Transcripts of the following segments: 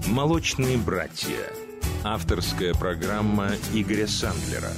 «Молочные братья». Авторская программа Игоря Сандлера.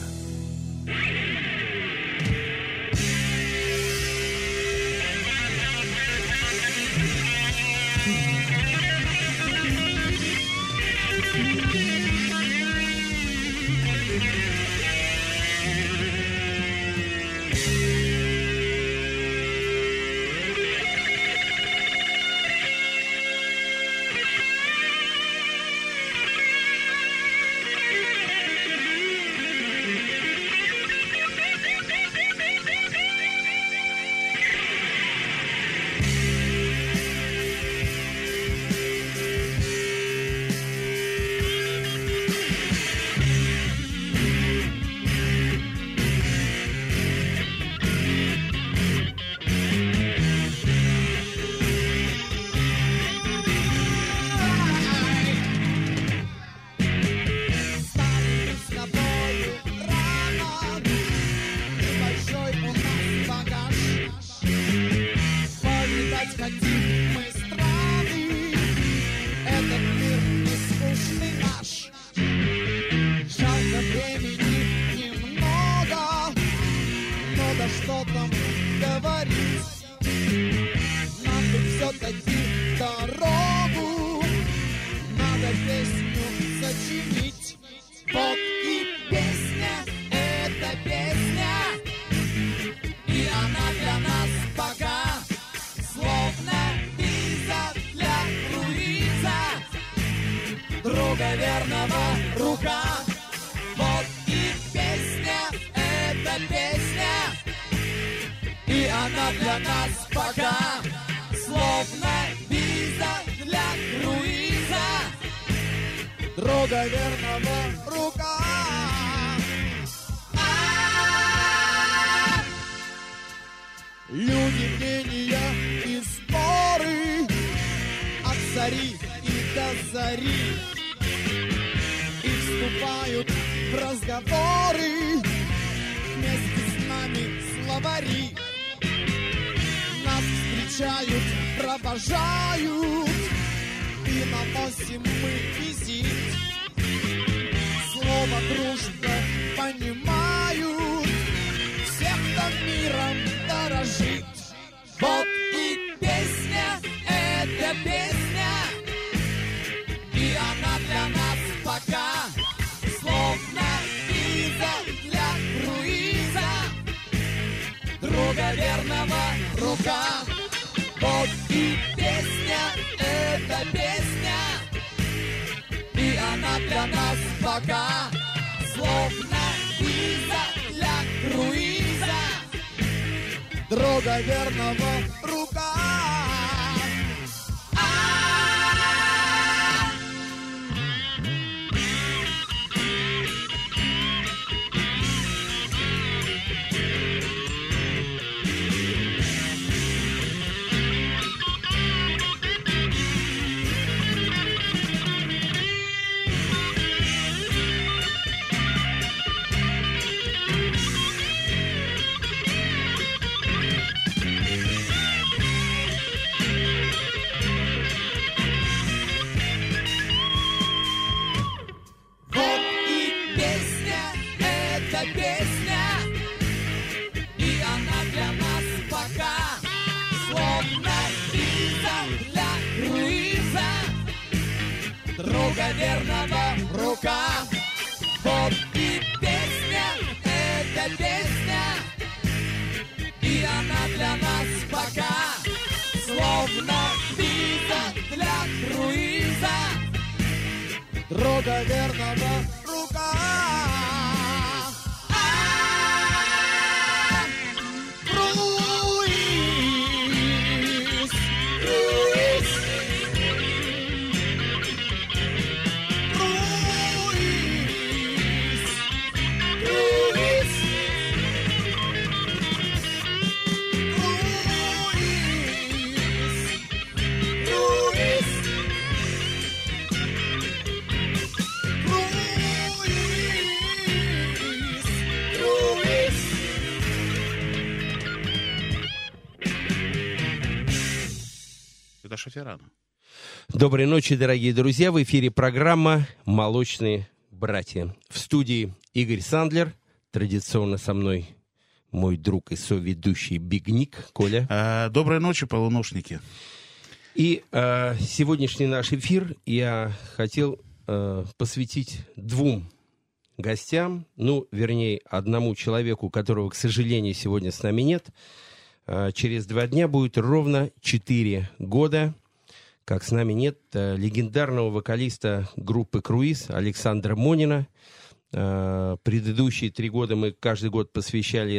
Доброй ночи, дорогие друзья. В эфире программа «Молочные братья». В студии Игорь Сандлер. Традиционно со мной мой друг и соведущий Бигник Коля. Доброй ночи, полуношники. И сегодняшний наш эфир я хотел посвятить двум гостям. Вернее, одному человеку, которого, к сожалению, сегодня с нами нет. Через 2 дня будет ровно 4 года, как с нами нет легендарного вокалиста группы «Круиз» Александра Монина. Предыдущие 3 года мы каждый год посвящали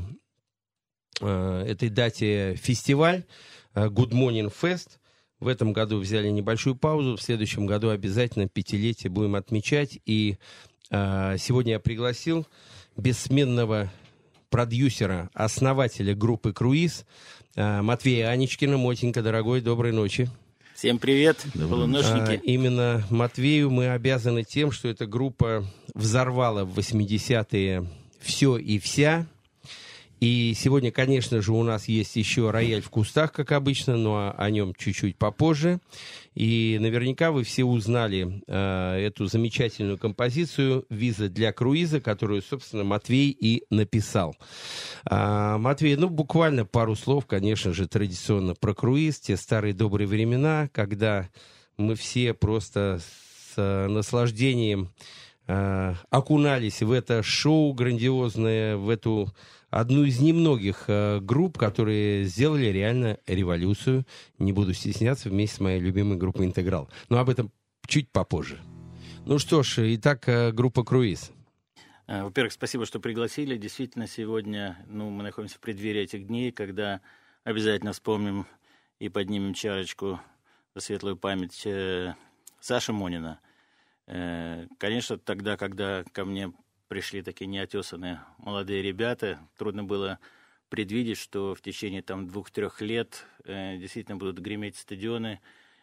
этой дате фестиваль Good Morning Fest. В этом году взяли небольшую паузу, в следующем году обязательно 5-летие будем отмечать. И сегодня я пригласил бессменного продюсера, основателя группы «Круиз» Матвея Аничкина. Мотенька, дорогой, доброй ночи. Всем привет, полуношники. Именно Матвею мы обязаны тем, что эта группа взорвала в 80-е все и вся. И сегодня, конечно же, у нас есть еще «Рояль в кустах», как обычно, но о нем чуть-чуть попозже. И наверняка вы все узнали эту замечательную композицию «Виза для круиза», которую, собственно, Матвей и написал. Матвей, буквально пару слов, конечно же, традиционно про круиз, те старые добрые времена, когда мы все просто с наслаждением окунались в это шоу грандиозное, в эту одну из немногих групп, которые сделали реально революцию. Не буду стесняться, вместе с моей любимой группой «Интеграл». Но об этом чуть попозже. Ну что ж, итак, группа «Круиз». Во-первых, спасибо, что пригласили. Действительно, сегодня мы находимся в преддверии этих дней, когда обязательно вспомним и поднимем чарочку за светлую память Саши Монина. Конечно, тогда, когда ко мне пришли такие неотесанные молодые ребята, трудно было предвидеть, что в течение 2-3 лет действительно будут греметь стадионы,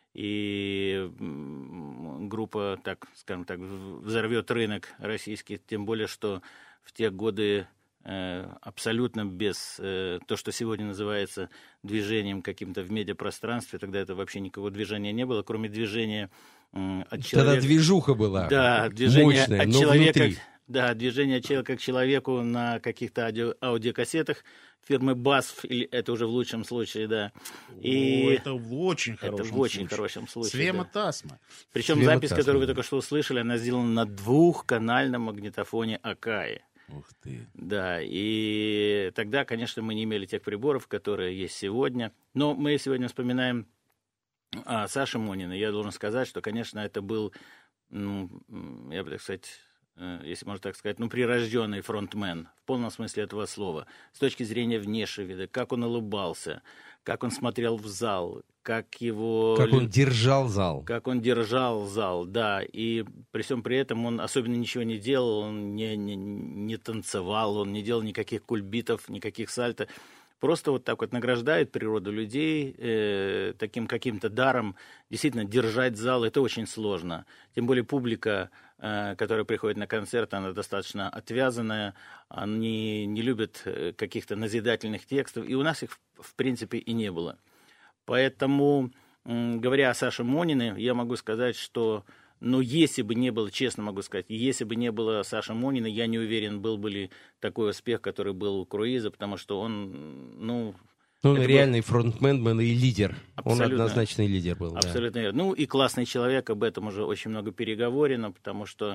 и группа, скажем так, взорвет рынок российский, тем более, что в те годы абсолютно без то, что сегодня называется движением каким-то в медиапространстве, тогда это вообще никакого движения не было, кроме движения от человека. Тогда движуха была. Да, движение мощная, от человека. Внутри. Да, движение от человека к человеку на каких-то аудиокассетах фирмы BASF, или это уже в лучшем случае, да. Это в очень хорошем случае. Свема Тасма. Причем запись, которую вы только что услышали, она сделана на 2-канальном магнитофоне Акаи. Ух ты. Да, и тогда, конечно, мы не имели тех приборов, которые есть сегодня. Но мы сегодня вспоминаем Сашу Монина. Я должен сказать, что, конечно, это был, я бы так сказать, если можно так сказать, прирожденный фронтмен, в полном смысле этого слова, с точки зрения внешнего вида, как он улыбался, как он смотрел в зал, как он держал зал. Как он держал зал, да, и при всем при этом он особенно ничего не делал, он не танцевал, он не делал никаких кульбитов, никаких сальто. Просто вот так вот награждает природу людей таким каким-то даром. Действительно, держать зал — это очень сложно. Тем более публика, которая приходит на концерт, она достаточно отвязанная. Они не любят каких-то назидательных текстов. И у нас их, в принципе, и не было. Поэтому, говоря о Саше Монине, я могу сказать, что если бы не было, честно могу сказать, если бы не было Саши Монина, я не уверен, был бы ли такой успех, который был у Круиза, потому что он, он реальный фронтмен и лидер. Абсолютно. Он однозначный лидер был. Абсолютно верно. И классный человек, об этом уже очень много переговорено, потому что,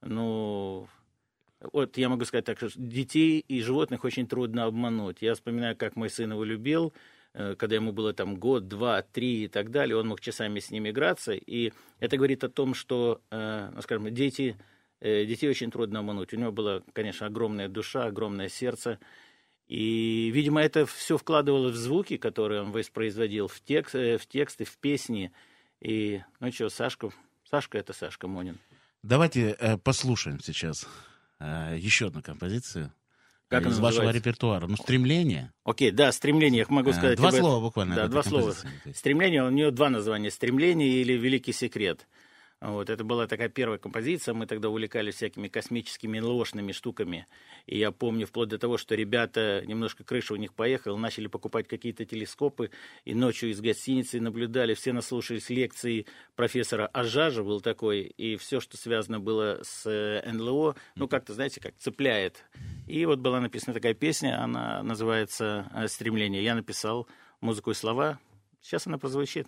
вот я могу сказать так, что детей и животных очень трудно обмануть. Я вспоминаю, как мой сын его любил, когда ему было год, 2, 3 и так далее, он мог часами с ним играться, и это говорит о том, что, скажем, детей очень трудно обмануть. У него была, конечно, огромная душа, огромное сердце, и, видимо, это все вкладывалось в звуки, которые он воспроизводил, в тексты, в песни, и, Сашка — это Сашка Монин. Давайте послушаем сейчас еще одну композицию. Как из вашего репертуара? «Стремление». Окей, да, «Стремление», я могу сказать. 2 слова буквально. Да, 2 слова. «Стремление», у нее 2 названия. «Стремление» или «Великий секрет». Вот, это была такая первая композиция, мы тогда увлекались всякими космическими ложными штуками. И я помню, вплоть до того, что ребята, немножко крыша у них поехала, начали покупать какие-то телескопы, и ночью из гостиницы наблюдали, все наслушались лекции профессора Ажажа, был такой, и все, что связано было с НЛО, ну, как-то, знаете, как цепляет. И вот была написана такая песня, она называется «Стремление». Я написал музыку и слова, сейчас она прозвучит.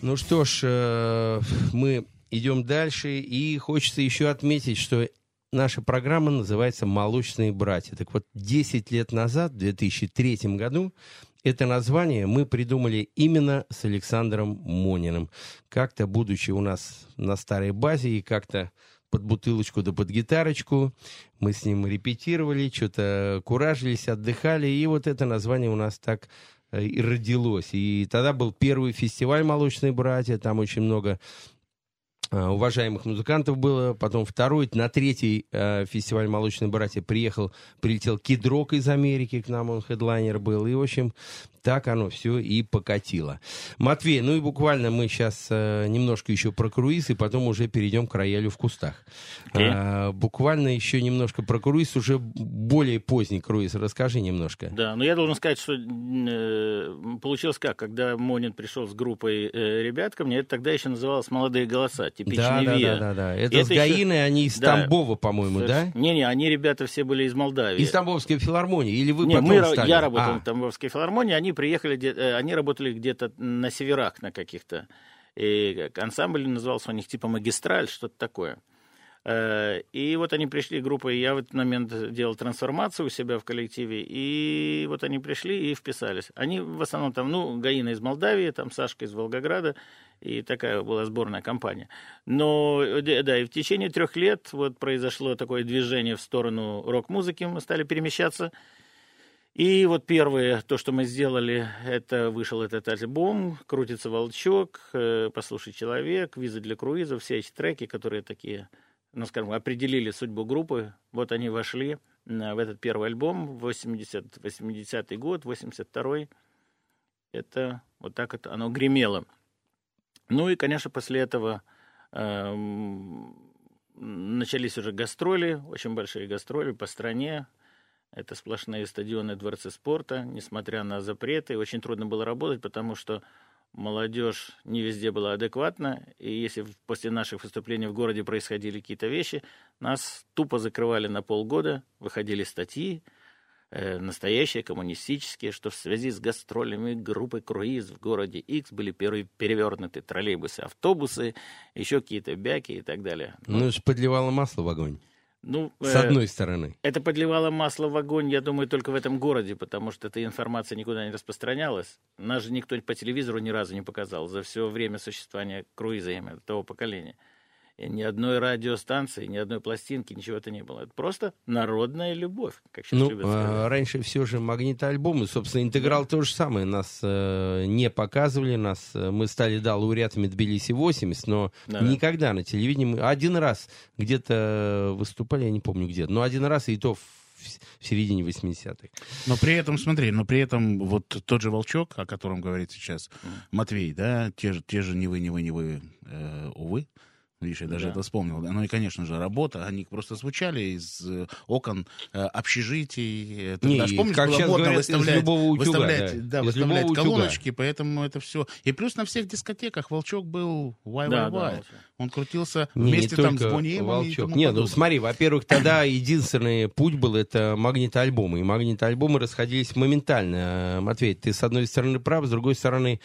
Ну что ж, мы идем дальше, и хочется еще отметить, что наша программа называется «Молочные братья». Так вот, 10 лет назад, в 2003 году, это название мы придумали именно с Александром Мониным. Как-то, будучи у нас на старой базе и как-то под бутылочку да под гитарочку, мы с ним репетировали, что-то куражились, отдыхали, и вот это название у нас так и родилось. И тогда был первый фестиваль «Молочные братья», там очень много уважаемых музыкантов было, потом второй, на третий фестиваль «Молочные братья» прилетел Кид Рок из Америки, к нам он хедлайнер был, и, в общем, так оно все и покатило. Матвей, ну и буквально мы сейчас немножко еще про круиз, и потом уже перейдем к роялю в кустах. Буквально еще немножко про круиз, уже более поздний круиз, расскажи немножко. Да, но я должен сказать, что получилось как, когда Монин пришел с группой ребят ко мне, это тогда еще называлось «Молодые голоса», типичный ВИА. Да. Это с Гаины, они из Тамбова, по-моему, да? Не, они, ребята, все были из Молдавии. Из Тамбовской филармонии? Или вы потом стали? Я работал в Тамбовской филармонии, они работали где-то на северах на каких-то. И ансамбль назывался у них типа «Магистраль», что-то такое. И вот они пришли группой, я в этот момент делал трансформацию у себя в коллективе, и вот они пришли и вписались. Они в основном там, Гаина из Молдавии, там Сашка из Волгограда, и такая была сборная компания. Но, да, и в течение 3 лет вот произошло такое движение в сторону рок-музыки, мы стали перемещаться. И вот первое, то, что мы сделали, это вышел этот альбом «Крутится волчок», «Послушай, человек», «Виза для круиза», все эти треки, которые такие, определили судьбу группы. Вот они вошли в этот первый альбом, 80-й год, 82-й. Это вот так это оно гремело. Ну и, конечно, после этого начались уже гастроли, очень большие гастроли по стране. Это сплошные стадионы, дворцы спорта, несмотря на запреты. Очень трудно было работать, потому что молодежь не везде была адекватна. И если после наших выступлений в городе происходили какие-то вещи, нас тупо закрывали на полгода, выходили статьи, настоящие коммунистические, что в связи с гастролями группы «Круиз» в городе X были перевернуты троллейбусы, автобусы, еще какие-то бяки и так далее. Ну, это подливало масло в огонь. С одной стороны. Это подливало масло в огонь, я думаю, только в этом городе, потому что эта информация никуда не распространялась. Нас же никто по телевизору ни разу не показал за все время существования круиза, именно того поколения. И ни одной радиостанции, ни одной пластинки, ничего это не было. Это просто народная любовь, как сейчас любят сказать. Раньше все же магнитоальбомы, собственно, «Интеграл» то же самое. Нас не показывали, мы стали, лауреатами Тбилиси-80, но никогда на телевидении. Один раз где-то выступали, я не помню где, но один раз, и то в середине 80-х. Но при этом вот тот же «Волчок», о котором говорит сейчас Матвей, да, те же «Не вы», увы. Видишь, я даже это вспомнил. Ну и, конечно же, работа. Они просто звучали из окон общежитий. Помнишь, как сейчас говорят, из любого утюга. Выставлять колоночки, поэтому это все. И плюс на всех дискотеках «Волчок» был «Вай-вай-вай». Он крутился вместе там с Бонни Эмом и тому подобное. Смотри, во-первых, тогда единственный путь был это магнитоальбомы. И магнитоальбомы расходились моментально. Матвей, ты с одной стороны прав, с другой стороны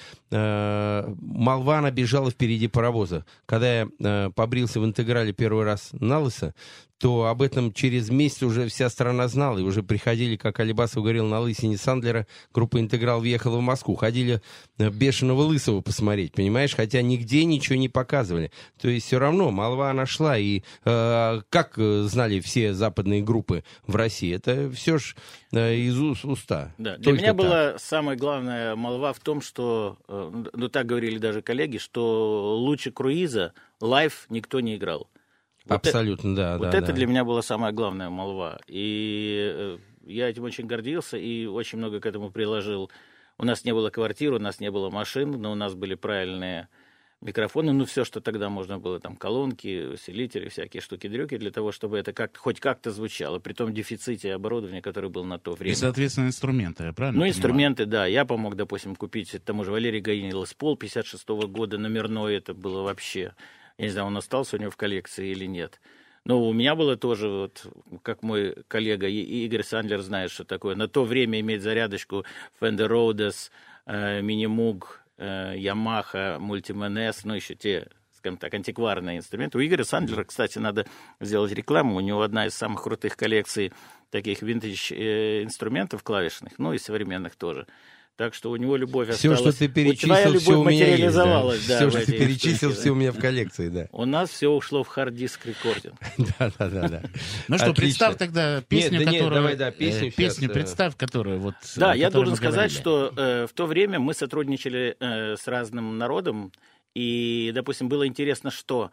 молва набежала впереди паровоза. Когда я побрился в «Интеграле» первый раз на лысо, то об этом через месяц уже вся страна знала, и уже приходили, как Алибасов говорил, на лысине Сандлера, группа «Интеграл» въехала в Москву, ходили «Бешеного лысого» посмотреть, понимаешь, хотя нигде ничего не показывали. То есть все равно молва нашла, и как знали все западные группы в России, это все ж из уста. Да. Для меня была самая главная молва в том, что, так говорили даже коллеги, что лучше круиза лайв никто не играл. Абсолютно, да. Вот это для меня была самая главная молва. И я этим очень гордился и очень много к этому приложил. У нас не было квартир, у нас не было машин, но у нас были правильные микрофоны, все, что тогда можно было, там колонки, усилители, всякие штуки-дрюки, для того, чтобы это хоть как-то звучало, при том дефиците оборудования, которое было на то время. И, соответственно, инструменты, я правильно понимаю? Инструменты, да. Я помог, допустим, купить тому же Валерию Гаине Лес Пол 56-го года, номерной, это было вообще... Я не знаю, он остался у него в коллекции или нет. Но у меня было тоже, вот, как мой коллега Игорь Сандлер знает, что такое. На то время иметь зарядочку Fender Rhodes, Minimoog, Yamaha, Multiman S, ну, еще те, скажем так, антикварные инструменты. У Игоря Сандлера, кстати, надо сделать рекламу. У него одна из самых крутых коллекций таких винтаж инструментов клавишных, ну и современных тоже. Так что у него любовь все, осталась. Что ты перечислил, твоя любовь все у меня материализовалась. есть, да. Да, все, что ты перечислил, штуки, все у меня в коллекции, да. У нас все ушло в хард-диск рекординг. Да. Ну что, представь тогда песню, которую... Песню представь, которую вот... Да, я должен сказать, что в то время мы сотрудничали с разным народом, и, допустим, было интересно, что...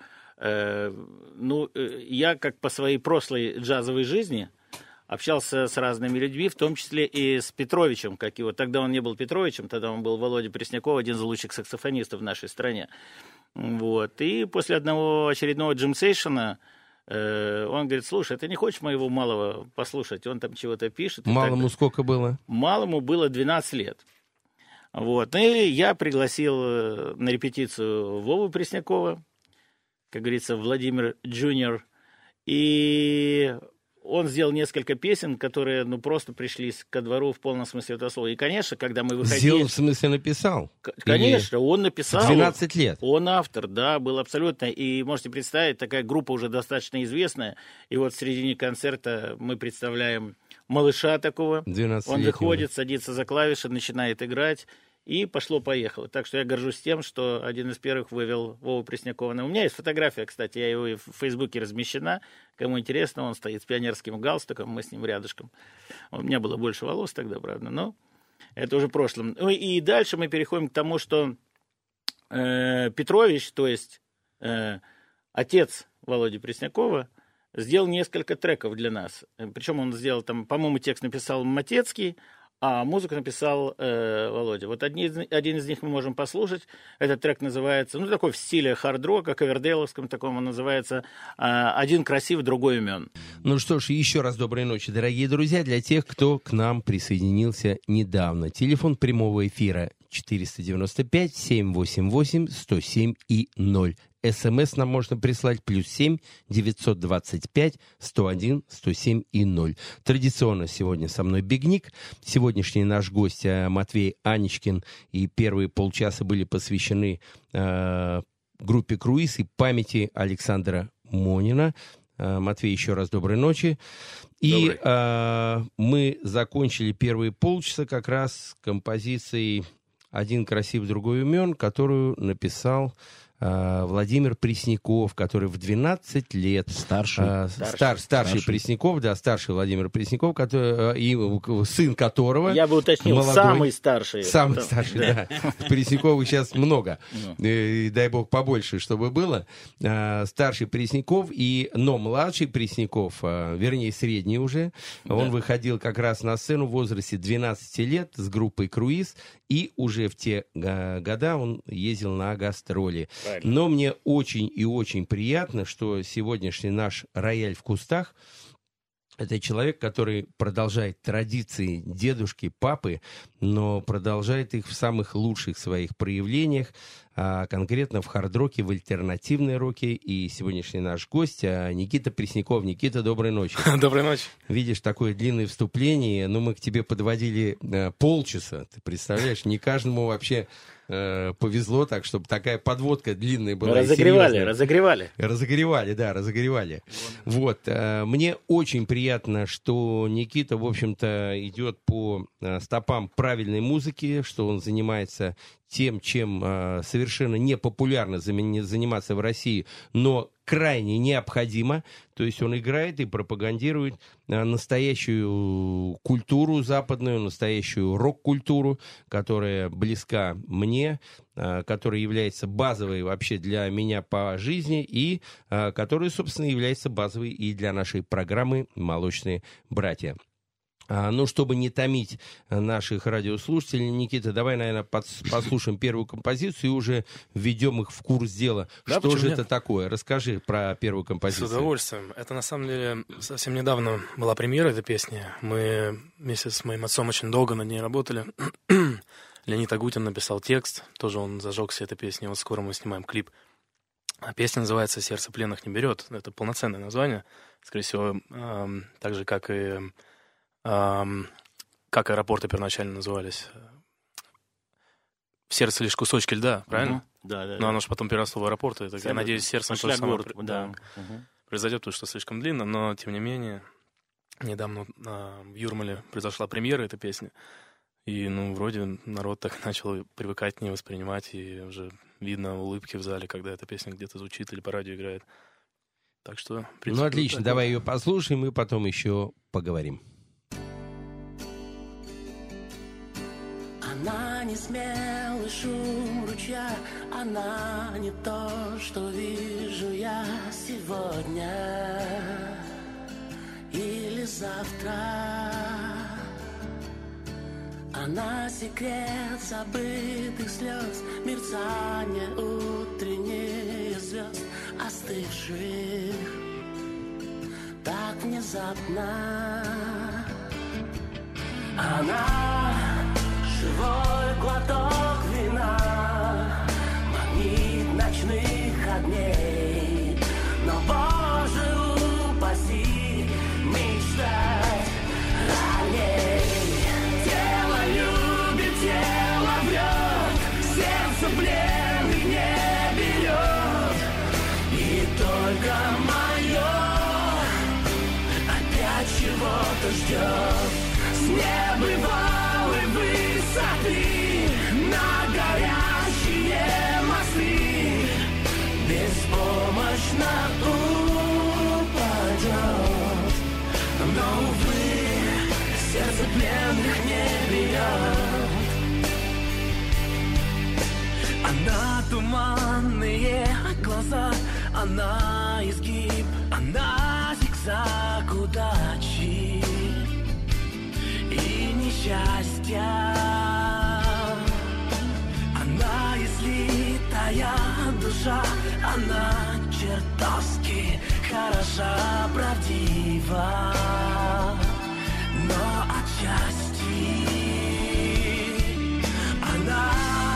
я как по своей прошлой джазовой жизни... общался с разными людьми, в том числе и с Петровичем, как его. Тогда он не был Петровичем, тогда он был Володя Пресняков, один из лучших саксофонистов в нашей стране. Вот. И после одного очередного джемсейшена он говорит: слушай, ты не хочешь моего малого послушать? Он там чего-то пишет. Малому сколько было? Малому было 12 лет. Вот. И я пригласил на репетицию Вову Преснякова, как говорится, Владимир Джуниор. И... он сделал несколько песен, которые, просто пришлись ко двору в полном смысле этого слова. И, конечно, когда мы выходили... Сделал, в смысле, написал? Конечно, он написал. 12 лет? Он автор, да, был абсолютно. И можете представить, такая группа уже достаточно известная. И вот в середине концерта мы представляем малыша такого. 12-летнего. Он выходит, садится за клавиши, начинает играть. И пошло-поехало. Так что я горжусь тем, что один из первых вывел Вову Преснякова. У меня есть фотография, кстати, я его и в Фейсбуке размещена. Кому интересно, он стоит с пионерским галстуком, мы с ним рядышком. У меня было больше волос тогда, правда, но это уже в прошлом. Ну и дальше мы переходим к тому, что Петрович, то есть отец Володи Преснякова, сделал несколько треков для нас. Причем он сделал там, по-моему, текст написал Матецкий, а музыку написал Володя. Вот один из них мы можем послушать. Этот трек называется, такой в стиле хард-рока, ковердейловском таком, он называется «Один красив, другой умен». Ну что ж, еще раз доброй ночи, дорогие друзья, для тех, кто к нам присоединился недавно. Телефон прямого эфира 495-788-107-0. СМС нам можно прислать +7 925 101 107 0. Традиционно сегодня со мной Бигник. Сегодняшний наш гость Матвей Аничкин. И первые полчаса были посвящены группе «Круиз» и памяти Александра Монина. Матвей, еще раз доброй ночи. И мы закончили первые полчаса как раз композицией «Один красив, другой умен», которую написал Владимир Пресняков, который в 12 лет... Старший Пресняков, да, старший Владимир Пресняков, и сын которого... Я бы уточнил, молодой, самый старший. Самый старший, да. Пресняковых сейчас много. Дай бог побольше, чтобы было. Старший Пресняков, но младший Пресняков, вернее, средний уже, он выходил как раз на сцену в возрасте 12 лет с группой «Круиз», и уже в те года он ездил на гастроли. Но мне очень и очень приятно, что сегодняшний наш рояль в кустах — это человек, который продолжает традиции дедушки, папы, но продолжает их в самых лучших своих проявлениях, конкретно в хард-роке, в альтернативной роке. И сегодняшний наш гость Никита Пресняков. Никита, доброй ночи. Доброй ночи. Видишь, такое длинное вступление, но мы к тебе подводили полчаса. Ты представляешь, не каждому вообще повезло так, чтобы такая подводка длинная была. Разогревали. Разогревали. Вот. Мне очень приятно, что Никита, в общем-то, идет по стопам правильной музыки, что он занимается тем, чем совершенно не популярно заниматься в России, но крайне необходимо. То есть он играет и пропагандирует настоящую культуру западную, настоящую рок-культуру, которая близка мне, которая является базовой вообще для меня по жизни и которая, собственно, является базовой и для нашей программы «Молочные братья». Ну, чтобы не томить наших радиослушателей, Никита, давай, наверное, послушаем первую композицию и уже введем их в курс дела. Да, что же это такое? Расскажи про первую композицию. С удовольствием. Это, на самом деле, совсем недавно была премьера этой песни. Мы вместе с моим отцом очень долго над ней работали. Леонид Агутин написал текст, тоже он зажегся этой песней. Вот скоро мы снимаем клип. Песня называется «Сердце пленных не берет». Это полноценное название. Скорее всего, так же, как аэропорты первоначально назывались. в сердце лишь кусочки льда, правильно? Да. Но оно же потом переросло в аэропорт, и я надеюсь, сердцем то же самое произойдет, потому что слишком длинно, но тем не менее, недавно в Юрмале произошла премьера этой песни, и, вроде народ так начал привыкать к ней, воспринимать, и уже видно улыбки в зале, когда эта песня где-то звучит или по радио играет. Так что, в принципе, отлично, давай ее послушаем, и потом еще поговорим. Она не смелый шум ручья, она не то, что вижу я сегодня или завтра. Она секрет забытых слез, мерцание утренних звезд, остывших так внезапно. Она живой глоток вина, магнит ночных огней. Но, Боже, упаси мечтать раней. Тело любит, тело врет, сердце пленных не берет. И только мое опять чего-то ждет. С небывалой высоты на горящие мосты беспомощно упадет. Но, увы, сердце пленных не бьет. Она туманные глаза, она изгиб, она зигзаг удачи и несчастья. Она излитая душа, она чертовски хороша, правдива, но отчасти она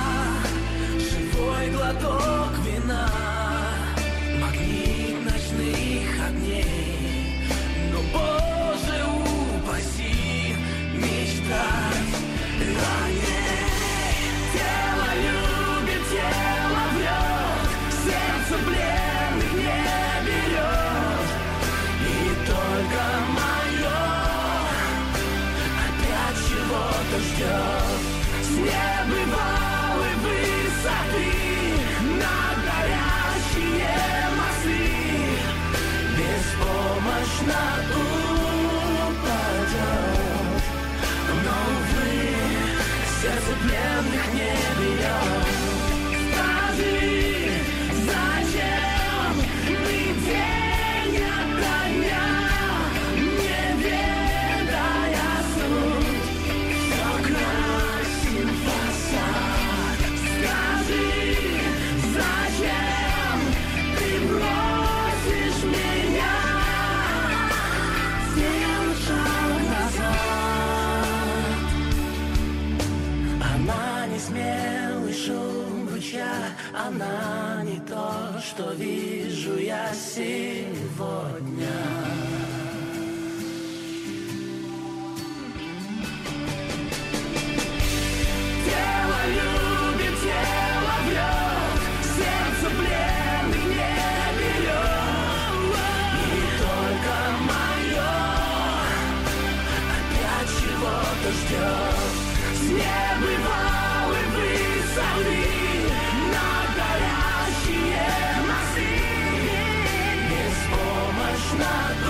живой глоток вина, магнит ночных огней. Но, Боже, упаси мечтать ранее. Тело любит, тело врет, сердце пленных не берет. И только мое опять чего-то ждет. С небывалой высоты на горящие мосты беспомощно упадет. Но, увы, сердце пленных не бьет. Скажи, зачем мы день ото дня, не ведая суть, все красим фасад? Скажи, зачем ты бросишь меня, сделай шаг назад? Она не смелый шум ручья, она не то, что вижу я сегодня. Тело любит, тело врет, сердце пленных не берет. И только мое опять чего-то ждет. С небывалой высоты на горящие мосты беспомощно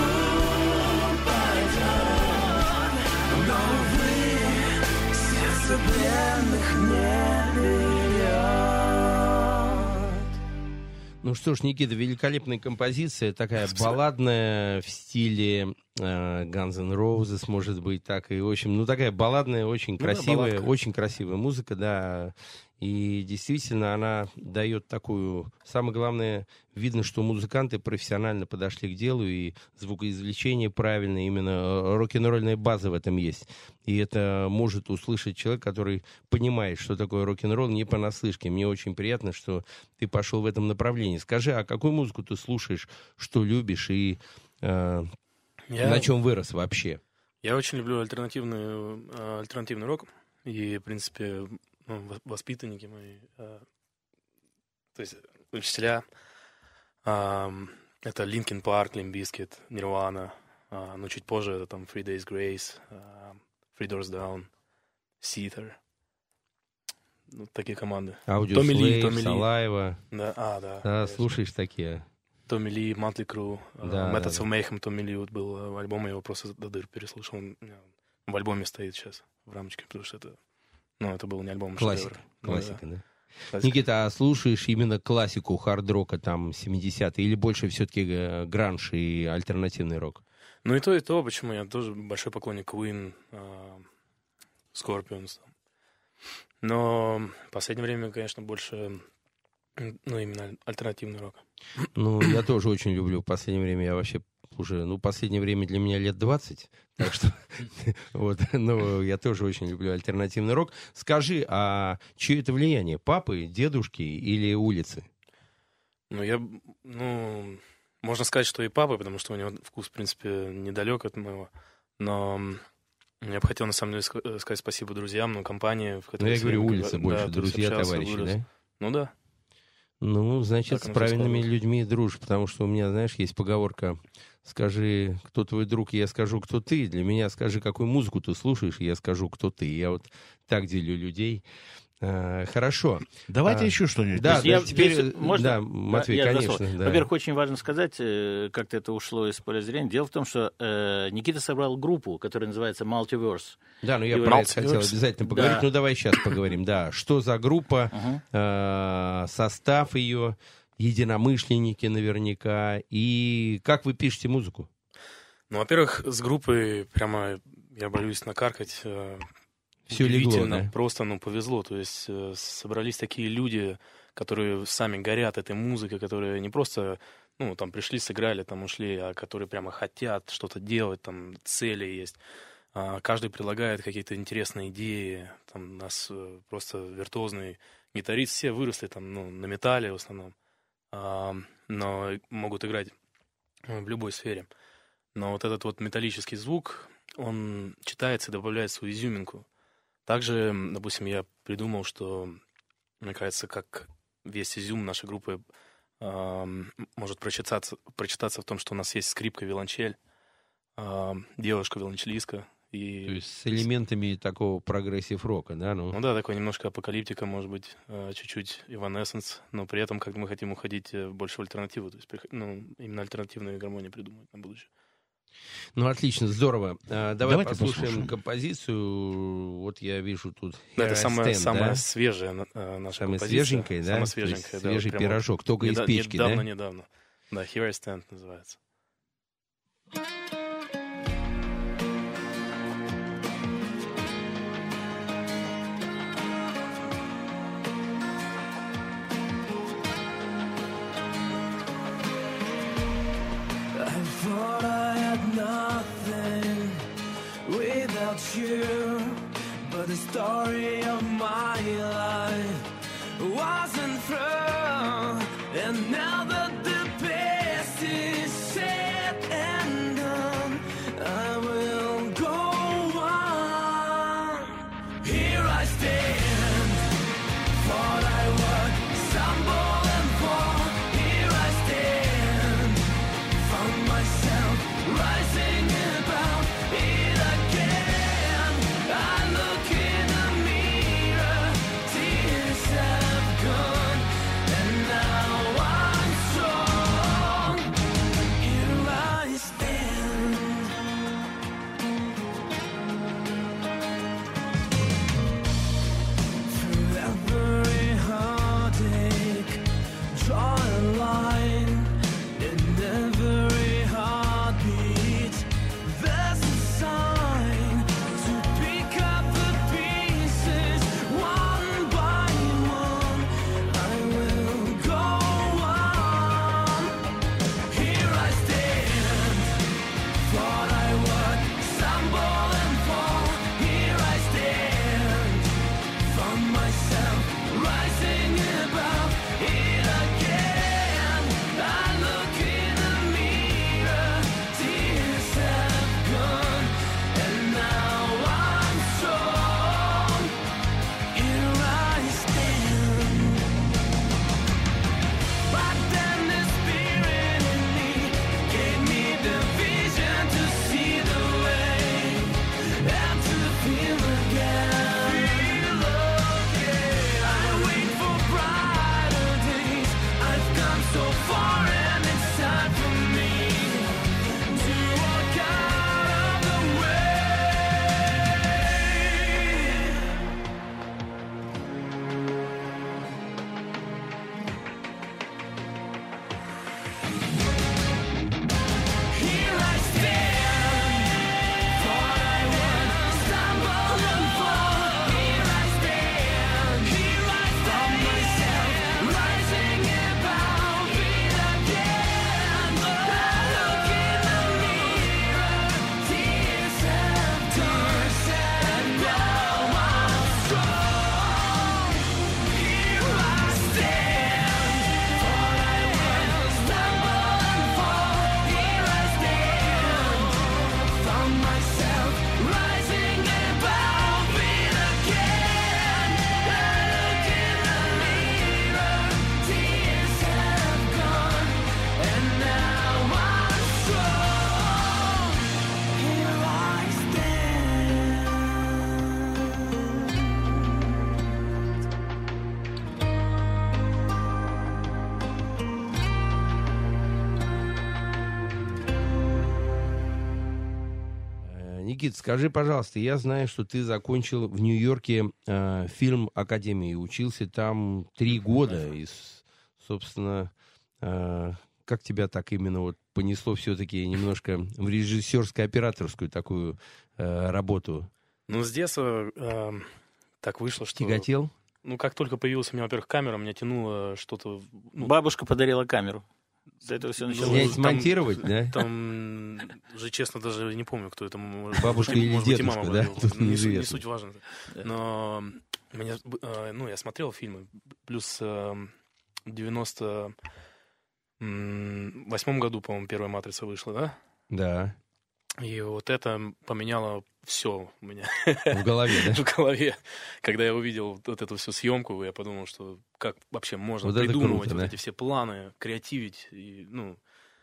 упадет. Но, увы, сердце пленных не берет. Ну что ж, Никита, великолепная композиция, такая балладная в стиле Guns N' Roses, может быть, так и, в общем, такая балладная, очень красивая, очень красивая музыка, да, и действительно она дает такую, самое главное, видно, что музыканты профессионально подошли к делу, и звукоизвлечение правильное, именно рок-н-ролльная база в этом есть, и это может услышать человек, который понимает, что такое рок-н-ролл, не понаслышке. Мне очень приятно, что ты пошел в этом направлении. Скажи, а какую музыку ты слушаешь, что любишь, и на чем вырос вообще? Я очень люблю альтернативный рок. И, в принципе, воспитанники мои, то есть учителя, это Linkin Park, Limp Bizkit, Nirvana, но чуть позже это там Three Days Grace, Three Doors Down, Seether. Ну, такие команды. Audioslave, Салаева. Да. Да, слушаешь такие. Томми Ли, Motley Crue, Да, Methods of Mayhem, Томми Ли вот был альбом, я его просто до дыр переслушал. Он у меня в альбоме стоит сейчас, в рамочке, потому что это был не альбом, а Классика, шедевр. да. Классика. Никита, а слушаешь именно классику хард-рока, там, 70-е, или больше все-таки гранж и альтернативный рок? Ну и то, почему я тоже большой поклонник Queen, Scorpions. Но в последнее время, конечно, больше, именно альтернативный рок. Ну, я тоже очень люблю. В последнее время я вообще уже, последнее время для меня лет 20, так что, но я тоже очень люблю альтернативный рок. Скажи, а чье это влияние? Папы, дедушки или улицы? Можно сказать, что и папа, потому что у него вкус, в принципе, недалек от моего, но я бы хотел, на самом деле, сказать спасибо друзьям, компании, в которой... я говорю, улица больше, друзья, товарищи, да? Ну, да. Значит, с правильными людьми дружишь, потому что у меня, знаешь, есть поговорка: скажи, кто твой друг, и я скажу, кто ты. Для меня скажи, какую музыку ты слушаешь, и я скажу, кто ты. Я вот так делю людей. Хорошо. Давайте еще что-нибудь. Да, теперь... Можно? Да, Матвей, конечно. Да. Во-первых, очень важно сказать, как-то это ушло из поля зрения. Дело в том, что Никита собрал группу, которая называется Multiverse. Да, я про это хотел обязательно поговорить. Да. Давай сейчас поговорим. Да, что за группа, состав ее, единомышленники наверняка, и как вы пишете музыку? Во-первых, с группой прямо, я боюсь накаркать... Все легло, да? Просто, повезло. То есть собрались такие люди, которые сами горят этой музыкой, которые не просто, там пришли, сыграли, там ушли, а которые прямо хотят что-то делать, там цели есть. Каждый предлагает какие-то интересные идеи. Там у нас просто виртуозный гитарист, все выросли там, на металле в основном, но могут играть в любой сфере. Но вот этот вот металлический звук, он читается и добавляет свою изюминку. Также, допустим, я придумал, что, мне кажется, как весь изюм нашей группы может прочитаться в том, что у нас есть скрипка, виолончель, девушка-виолончелистка. То есть с элементами такого прогрессив-рока, да? Да, такой немножко апокалиптика, может быть, чуть-чуть Evanescence, но при этом как мы хотим уходить больше в альтернативу, то есть именно альтернативную гармонию придумать на будущее. Отлично, здорово. Давай послушаем композицию. Вот я вижу тут. Это самая свежая наша самая композиция. Свеженькая, да? Самая свеженькая, да. Свежий пирожок, только из печки, да? Недавно. Да, Here I Stand называется. You, but the story of my life wasn't through, and now that the past is said and done, I will go on. Here I stand, thought I would stumble and fall. Here I stand, found myself rising above it again. I look in the mirror, tears have gone, myself rising above it again. I look in the mirror, tears have gone, and now I'm strong. Here I stand. Никит, скажи, пожалуйста, я знаю, что ты закончил в Нью-Йорке фильм-академию и учился там 3 года. И, собственно, как тебя так именно вот понесло все-таки немножко в режиссерско-операторскую такую работу? Ну, с детства так вышло, что... Тяготел? Ну, как только появилась у меня, во-первых, камера, меня тянуло что-то... Ну, Бабушка подарила камеру. С этого все началось. Снять, смонтировать, да? Там, уже честно, даже не помню, кто это. Бабушка или может быть, и дедушка, мама да? была. Тут Не неизвестно. суть важно. Но меня, ну, я смотрел фильмы. Плюс в 98 году, по-моему, первая «Матрица» вышла, да? Да. И вот это поменяло все у меня В голове, да? в голове. Когда я увидел вот эту всю съемку, я подумал, что как вообще можно Вот это придумывать круто, вот да? эти все планы, креативить и, ну,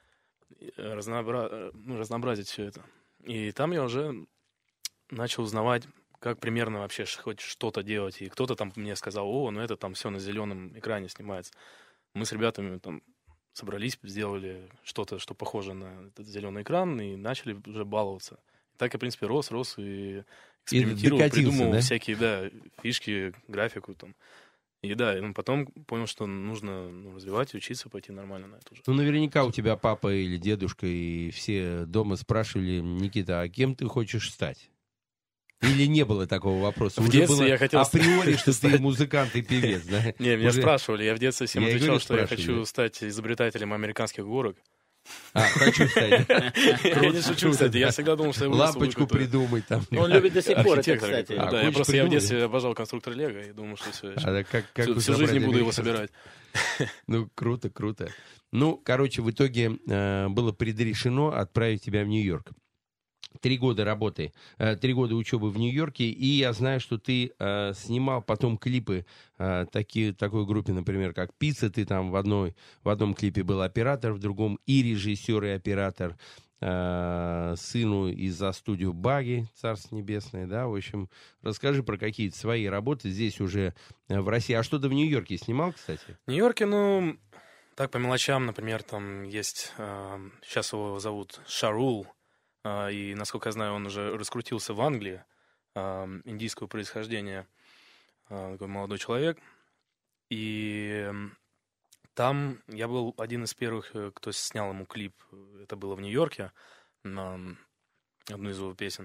разнообразить все это. И там я уже начал узнавать, как примерно вообще хоть что-то делать. И кто-то там мне сказал: о, ну это там все на зеленом экране снимается. Мы с ребятами там собрались, сделали что-то, что похоже на этот зеленый экран, и начали уже баловаться. И так я, в принципе, рос и экспериментировал, докатился, придумывал да? всякие, да, фишки, графику там. И да, и потом понял, что нужно развивать, учиться, пойти нормально на это уже. Ну, наверняка у тебя папа или дедушка и все дома спрашивали: Никита, а кем ты хочешь стать? Или не было такого вопроса? В Уже детстве было я хотел априори, что ты стать- музыкант и певец, да? Не, меня Уже- спрашивали, я в детстве всем Я и отвечал, говорю, что я спрашивали. хочу стать изобретателем американских горок. А, хочу стать. Я не шучу, кстати, я всегда думал, что я вырасту, буду Лампочку какой-то придумать там. Ну, он любит до сих пор это, архитектор кстати. какой-то. А, Да, я хочешь просто я в придумать? детстве обожал конструктор Лего и думал, что все, А, как вы всю жизнь не собрали буду его Америку? собирать. Ну, круто, круто. Ну, короче, в итоге было предрешено отправить тебя в Нью-Йорк. 3 года работы, 3 года учебы в Нью-Йорке, и я знаю, что ты снимал потом клипы такой группе, например, как «Пицца», ты там в одном клипе был оператор, в другом и режиссер, и оператор, сыну из-за студию «Баги», Царство Небесное, да, в общем, расскажи про какие-то свои работы здесь уже в России. А что ты в Нью-Йорке снимал, кстати? В Нью-Йорке, ну, так по мелочам, например, там есть, сейчас его зовут Шарул, и, насколько я знаю, он уже раскрутился в Англии, индийского происхождения, такой молодой человек. И там я был один из первых, кто снял ему клип. Это было в Нью-Йорке, на одну из его песен.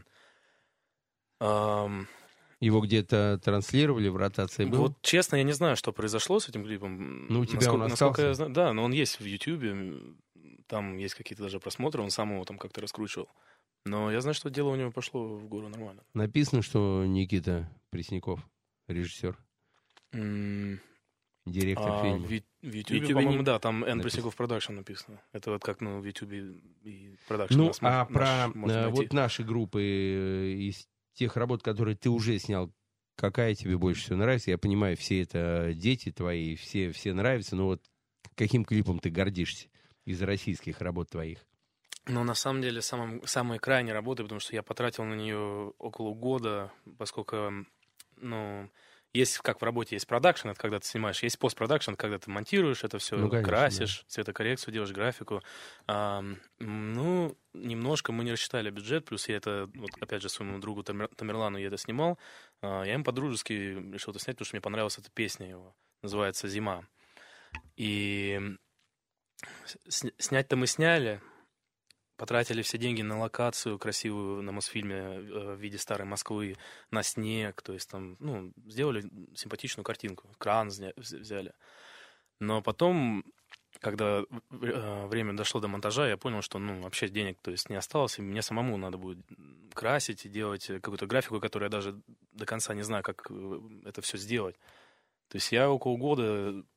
Его где-то транслировали, в ротации был? Вот честно, я не знаю, что произошло с этим клипом. Ну, у тебя он насколько я остался? знаю, да, но он есть в Ютьюбе, там есть какие-то даже просмотры, он сам его там как-то раскручивал. Но я знаю, что дело у него пошло в гору нормально. Написано, что Никита Пресняков, режиссер, М, директор фильма. в Ютьюбе, Ютьюбе по-моему, не- да, там Н. написано. Пресняков Продакшн написано. Это вот как, ну, в Ютьюбе и Продакшн. Ну, нас а наш про можно найти. вот наши группы из тех работ, которые ты уже снял, какая тебе больше всего нравится? Я понимаю, все это дети твои, все нравятся, но вот каким клипом ты гордишься из российских работ твоих? Ну, на самом деле, самые крайние работы, потому что я потратил на нее около года, поскольку, ну, есть, как в работе, есть продакшн, это когда ты снимаешь, есть постпродакшн, когда ты монтируешь это все, Ну, конечно, красишь, цветокоррекцию делаешь, графику. Ну, немножко мы не рассчитали бюджет, плюс я это, вот, опять же, своему другу Тамерлану я это снимал, я им по-дружески решил это снять, потому что мне понравилась эта песня его, называется «Зима». И снять-то мы сняли, потратили все деньги на локацию красивую на Мосфильме в виде старой Москвы, на снег, то есть там, ну, сделали симпатичную картинку, кран взяли. Но потом, когда время дошло до монтажа, я понял, что, ну, вообще денег, то есть, не осталось, и мне самому надо будет красить и делать какую-то графику, которую я даже до конца не знаю, как это все сделать. То есть я около года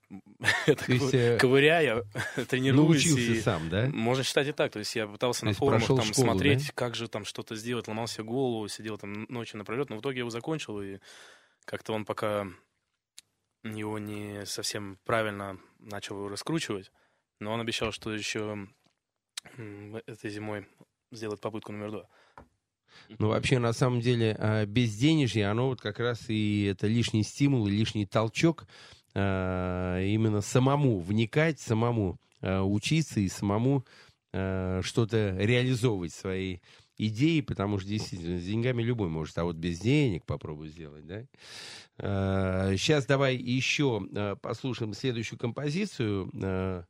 ковыряя, тренируюсь. Научился сам, да? Можно считать и так. То есть я пытался на форумах там смотреть, как же там что-то сделать, ломал себе голову, сидел там ночью напролет, но в итоге я его закончил, и как-то он пока его не совсем правильно начал его раскручивать, но он обещал, что еще этой зимой сделает попытку номер 2. Ну, вообще, на самом деле, безденежье, оно вот как раз и это лишний стимул, и лишний толчок именно самому вникать, самому учиться и самому что-то реализовывать свои идеи, потому что действительно с деньгами любой может, а вот без денег попробуй сделать, да? Сейчас давай еще послушаем следующую композицию.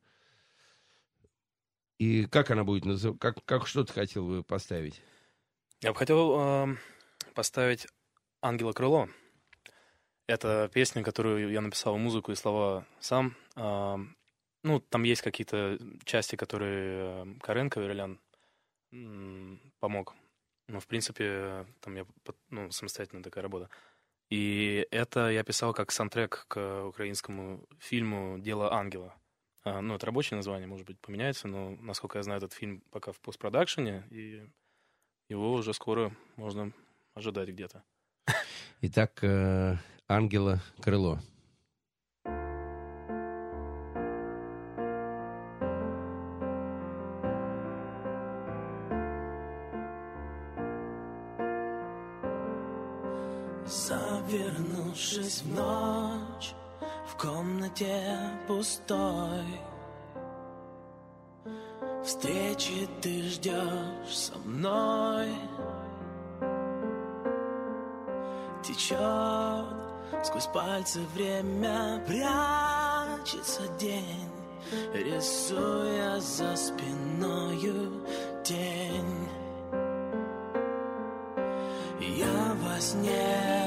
И как она будет называться? Как что ты хотел бы поставить? Я бы хотел поставить «Ангела крыло». Это песня, которую я написал музыку и слова сам. Ну, там есть какие-то части, которые Карен Каверлян помог. Но, в принципе, там я самостоятельная такая работа. И это я писал как саундтрек к украинскому фильму «Дело ангела». Ну, это рабочее название, может быть, поменяется, но, насколько я знаю, этот фильм пока в постпродакшене, и его уже скоро можно ожидать где-то. Итак, «Ангела крыло». Завернувшись в ночь, в комнате пустой, встречи ты ждешь со мной. Течет сквозь пальцы время, прячется день, рисуя за спиною тень. Я во сне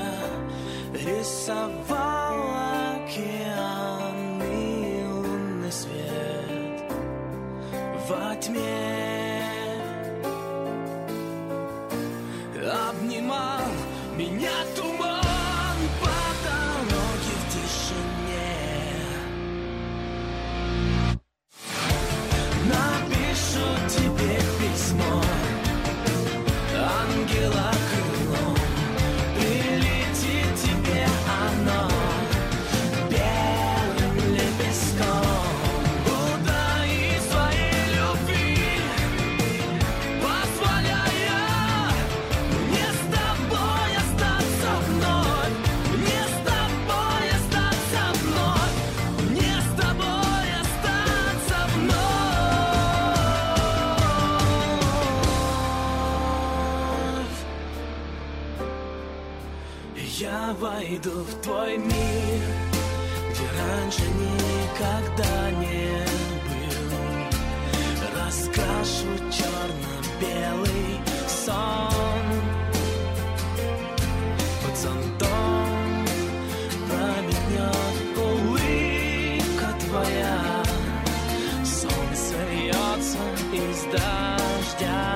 рисовал океан и лунный свет во тьме. Обнимал меня туман по дороге в тишине. Напишу тебе письмо, ангела крылом, прилетит тебе оно белым лепестком. Удаи своей любви, позволяя мне с тобой остаться вновь, мне с тобой остаться вновь, мне с тобой остаться вновь. Я войду в твой мир, где раньше никогда не был. Раскрашу черно-белый сон. Под зонтом промелькнет улыбка твоя. Солнце льется из дождя.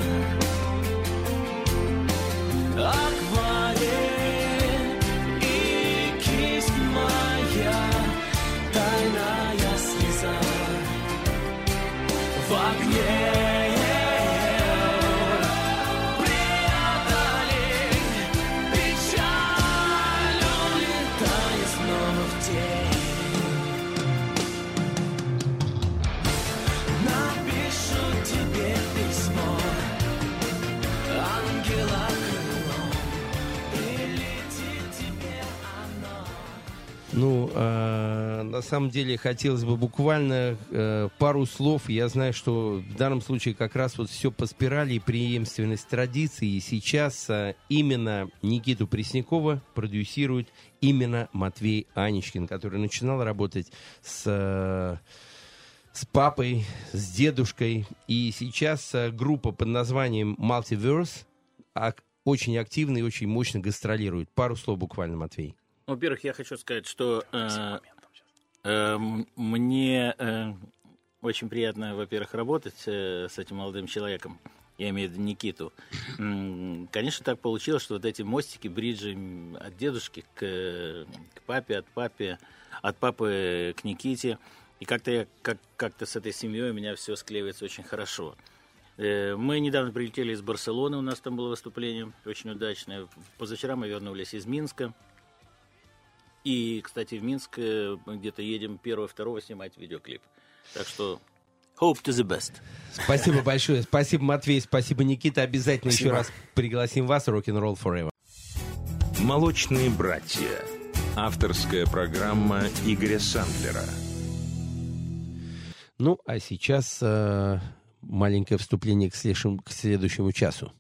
Акварель и кисть моя, тайная слеза в огне. Преодолей печаль, улетая снова в тень. Напишу тебе письмо, ангела крылом, прилетит тебе оно. Ну, на самом деле, хотелось бы буквально пару слов. Я знаю, что в данном случае как раз вот все по спирали и преемственность традиций. И сейчас именно Никиту Преснякова продюсирует именно Матвей Аничкин, который начинал работать с папой, с дедушкой. И сейчас группа под названием Multiverse очень активно и очень мощно гастролирует. Пару слов буквально, Матвей. Во-первых, я хочу сказать, что мне очень приятно, во-первых, работать с этим молодым человеком. я имею в виду Никиту. Конечно, так получилось, что вот эти мостики, бриджи от дедушки к папе, от папы к Никите. И как-то с этой семьей у меня все склеивается очень хорошо. Мы недавно прилетели из Барселоны, у нас там было выступление очень удачное. Позавчера мы вернулись из Минска. И, кстати, в Минск где-то едем 1-2 снимать видеоклип. Так что hope to the best. Спасибо большое. Спасибо, Матвей. Спасибо, Никита. Обязательно еще раз пригласим вас. Rock'n'Roll Forever. «Молочные братья». Авторская программа Игоря Сандлера. Ну, а сейчас маленькое вступление к следующему часу.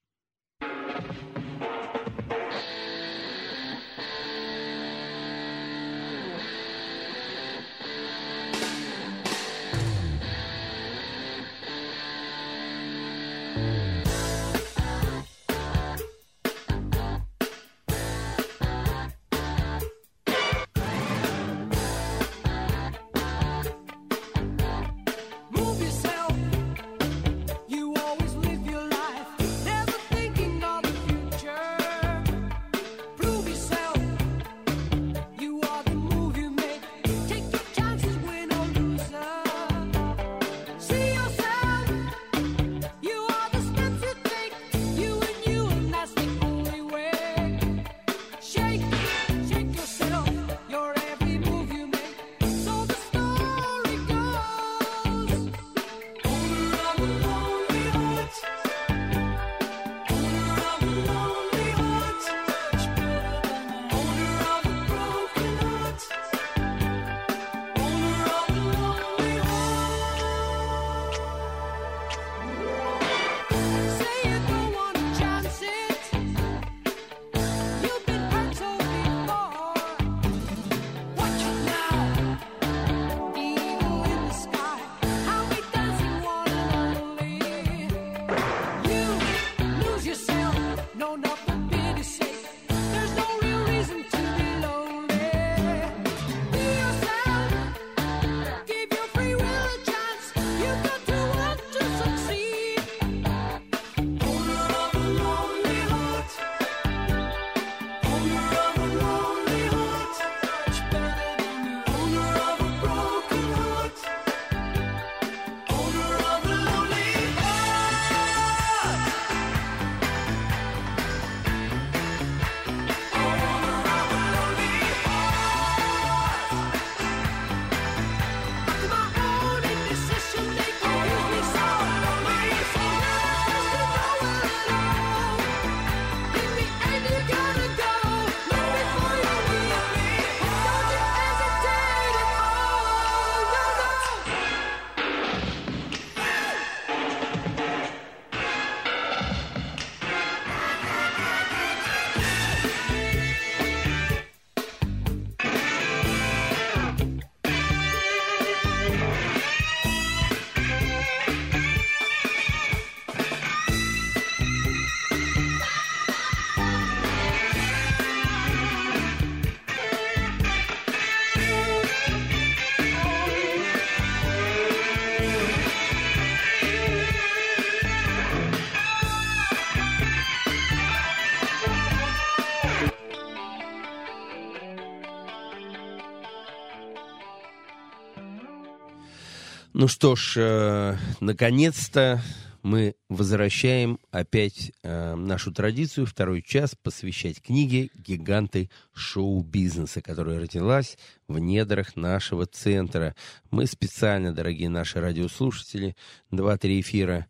Ну что ж, наконец-то мы возвращаем опять нашу традицию, второй час посвящать книге «Гиганты шоу-бизнеса», которая родилась в недрах нашего центра. Мы специально, дорогие наши радиослушатели, 2-3 эфира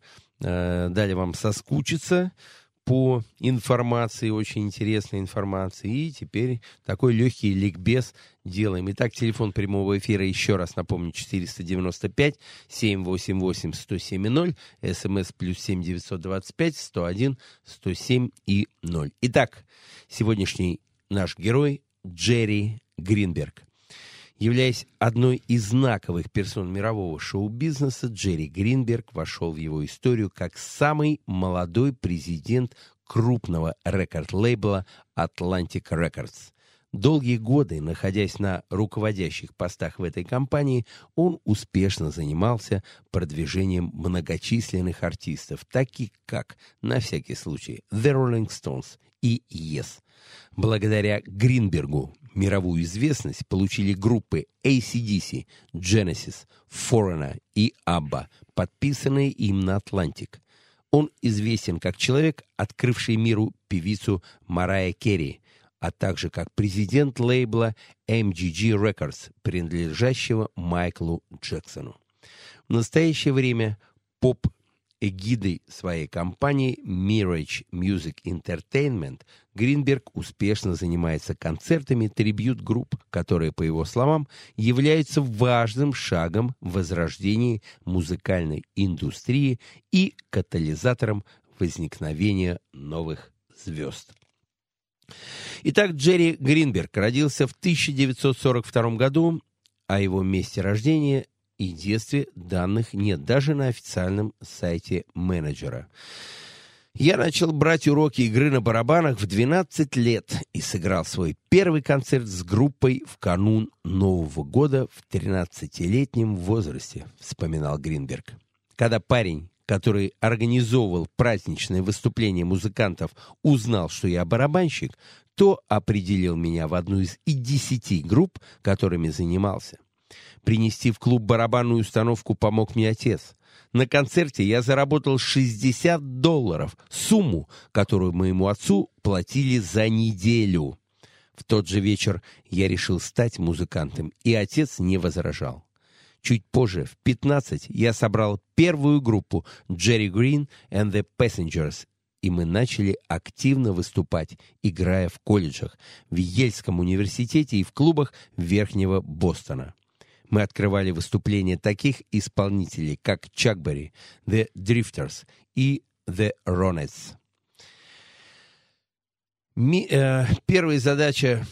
дали вам соскучиться по информации, очень интересной информации. И теперь такой легкий ликбез делаем. Итак, телефон прямого эфира, еще раз напомню, 495-788-1070, СМС +7 925 101 107 и 0. Итак, сегодняшний наш герой Джерри Гринберг. Являясь одной из знаковых персон мирового шоу-бизнеса, Джерри Гринберг вошел в его историю как самый молодой президент крупного рекорд-лейбла Atlantic Records. Долгие годы, находясь на руководящих постах в этой компании, он успешно занимался продвижением многочисленных артистов, таких как, на всякий случай, The Rolling Stones и Yes. Благодаря Гринбергу мировую известность получили группы AC/DC, Genesis, Foreigner и ABBA, подписанные им на Atlantic. Он известен как человек, открывший миру певицу Марайя Керри, а также как президент лейбла MGG Records, принадлежащего Майклу Джексону. В настоящее время поп-эгидой своей компании Mirage Music Entertainment Гринберг успешно занимается концертами трибьют-групп, которые, по его словам, являются важным шагом в возрождении музыкальной индустрии и катализатором возникновения новых звезд. Итак, Джерри Гринберг родился в 1942 году, о его месте рождения и детстве данных нет даже на официальном сайте менеджера. Я начал брать уроки игры на барабанах в 12 лет и сыграл свой первый концерт с группой в канун Нового года в 13-летнем возрасте, вспоминал Гринберг. Когда парень, который организовывал праздничное выступление музыкантов, узнал, что я барабанщик, то определил меня в одну из 10 групп, которыми занимался. Принести в клуб барабанную установку помог мне отец. На концерте я заработал $60, сумму, которую моему отцу платили за неделю. В тот же вечер я решил стать музыкантом, и отец не возражал. Чуть позже, в 15, я собрал первую группу Jerry Green and the Passengers, и мы начали активно выступать, играя в колледжах, в Йельском университете и в клубах Верхнего Бостона. Мы открывали выступления таких исполнителей, как Чак Берри, The Drifters и The Ronettes. Первая задача,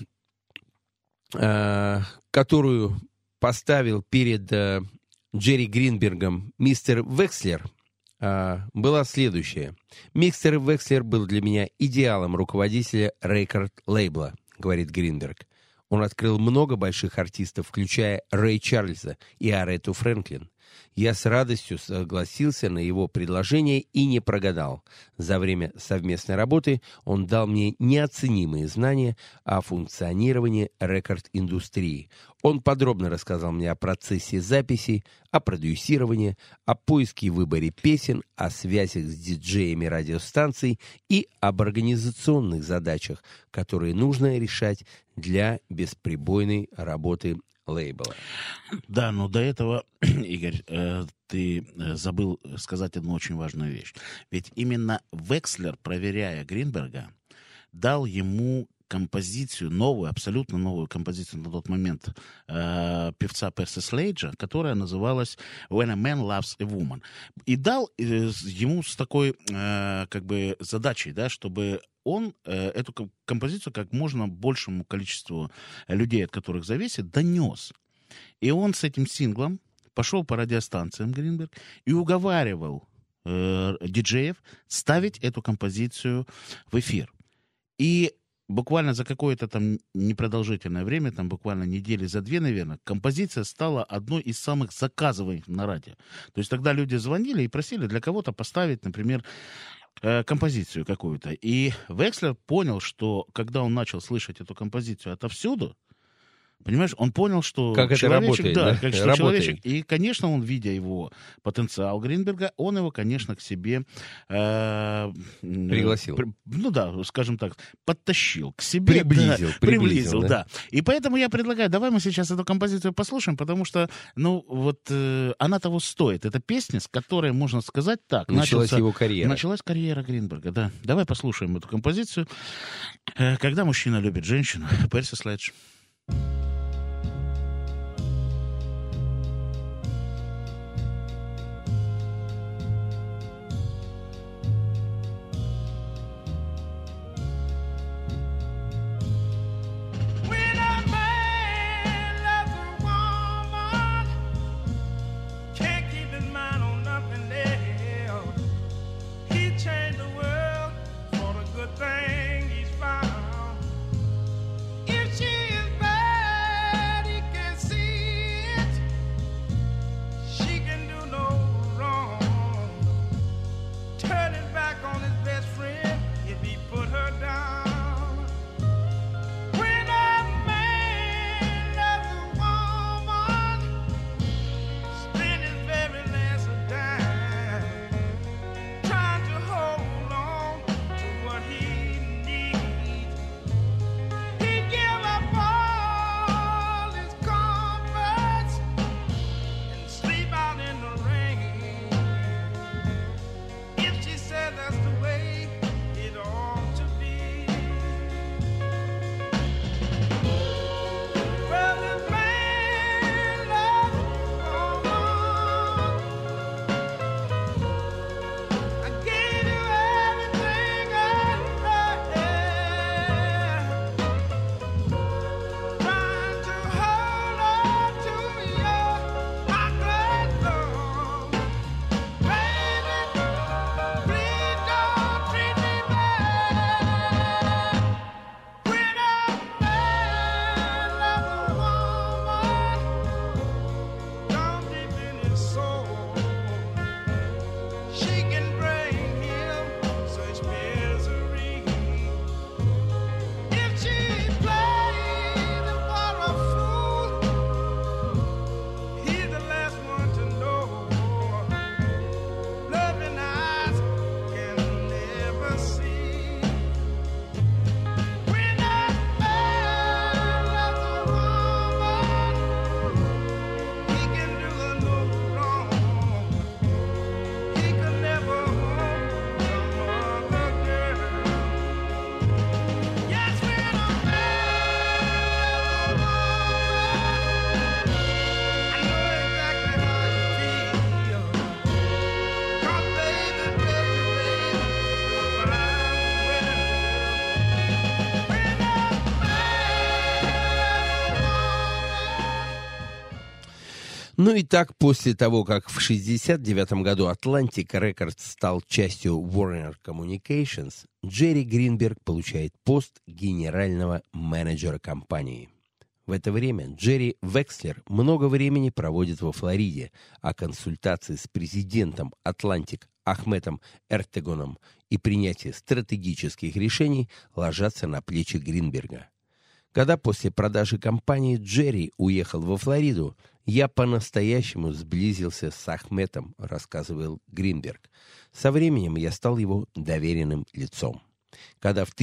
которую поставил перед Джерри Гринбергом мистер Векслер, была следующая. Мистер Векслер был для меня идеалом руководителя рекорд-лейбла, говорит Гринберг. Он открыл много больших артистов, включая Рэй Чарльза и Арету Фрэнклин. Я с радостью согласился на его предложение и не прогадал. За время совместной работы он дал мне неоценимые знания о функционировании рекорд-индустрии. Он подробно рассказал мне о процессе записи, о продюсировании, о поиске и выборе песен, о связях с диджеями радиостанций и об организационных задачах, которые нужно решать для бесперебойной работы лейбла. Да, но до этого, Игорь, ты забыл сказать одну очень важную вещь. Ведь именно Векслер, проверяя Гринберга, дал ему композицию, новую, абсолютно новую композицию на тот момент певца Перси Слейджа, которая называлась «When a Man Loves a Woman». И дал ему с такой задачей, да, чтобы он эту композицию как можно большему количеству людей, от которых зависит, донес. И он с этим синглом пошел по радиостанциям, Гринберг, и уговаривал диджеев ставить эту композицию в эфир. И буквально за какое-то там непродолжительное время, там буквально недели за 2, наверное, композиция стала одной из самых заказываемых на радио. То есть тогда люди звонили и просили для кого-то поставить, например, композицию какую-то. И Векслер понял, что когда он начал слышать эту композицию отовсюду, понимаешь, он понял, что как человечек, это работает, да, да? как что человечек. И, конечно, он, видя его потенциал Гринберга, он его, конечно, к себе пригласил. Скажем так, подтащил к себе. Приблизил, да. И поэтому я предлагаю, давай мы сейчас эту композицию послушаем, потому что, она того стоит. Это песня, с которой, можно сказать так, началась его карьера. Началась карьера Гринберга, да. Давай послушаем эту композицию. «Когда мужчина любит женщину», Перси Слейдж. If she Ну и так, после того, как в 1969 году Atlantic Records стал частью Warner Communications, Джерри Гринберг получает пост генерального менеджера компании. В это время Джерри Векслер много времени проводит во Флориде, а консультации с президентом Atlantic Ахметом Эртегоном и принятие стратегических решений ложатся на плечи Гринберга. Когда после продажи компании Джерри уехал во Флориду, я по-настоящему сблизился с Ахметом, рассказывал Гринберг. Со временем я стал его доверенным лицом. Когда в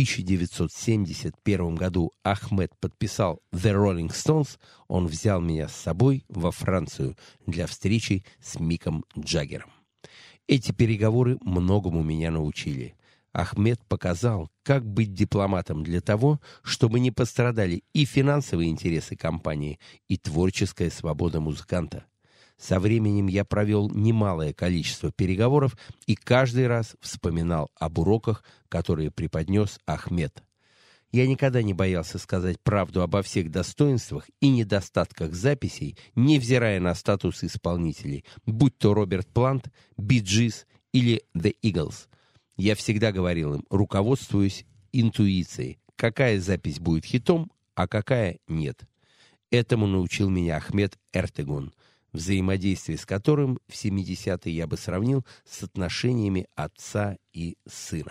1971 году Ахмет подписал The Rolling Stones, он взял меня с собой во Францию для встречи с Миком Джаггером. Эти переговоры многому меня научили. Ахмет показал, как быть дипломатом для того, чтобы не пострадали и финансовые интересы компании, и творческая свобода музыканта. Со временем я провел немалое количество переговоров и каждый раз вспоминал об уроках, которые преподнес Ахмет. Я никогда не боялся сказать правду обо всех достоинствах и недостатках записей, невзирая на статус исполнителей, будь то Роберт Плант, Bee Gees или The Eagles. Я всегда говорил им, руководствуясь интуицией, какая запись будет хитом, а какая нет. Этому научил меня Ахмет Эртегон, взаимодействие с которым в 70-е я бы сравнил с отношениями отца и сына.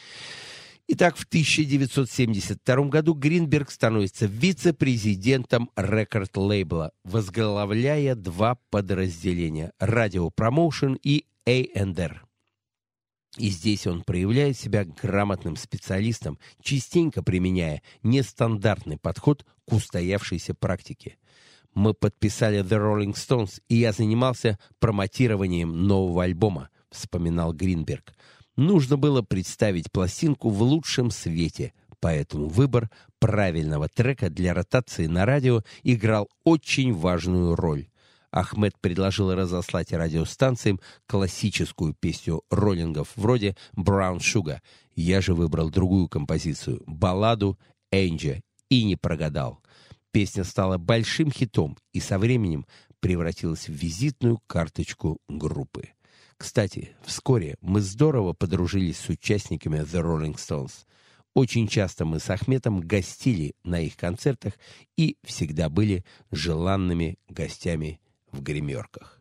Итак, в 1972 году Гринберг становится вице-президентом рекорд-лейбла, возглавляя два подразделения – Radio Promotion и A&R. И здесь он проявляет себя грамотным специалистом, частенько применяя нестандартный подход к устоявшейся практике. Мы подписали The Rolling Stones, и я занимался промотированием нового альбома, вспоминал Гринберг. Нужно было представить пластинку в лучшем свете, поэтому выбор правильного трека для ротации на радио играл очень важную роль. Ахмет предложил разослать радиостанциям классическую песню роллингов вроде «Brown Sugar». Я же выбрал другую композицию — балладу «Энджи», и не прогадал. Песня стала большим хитом и со временем превратилась в визитную карточку группы. Кстати, вскоре мы здорово подружились с участниками The Rolling Stones. Очень часто мы с Ахметом гостили на их концертах и всегда были желанными гостями в гримерках.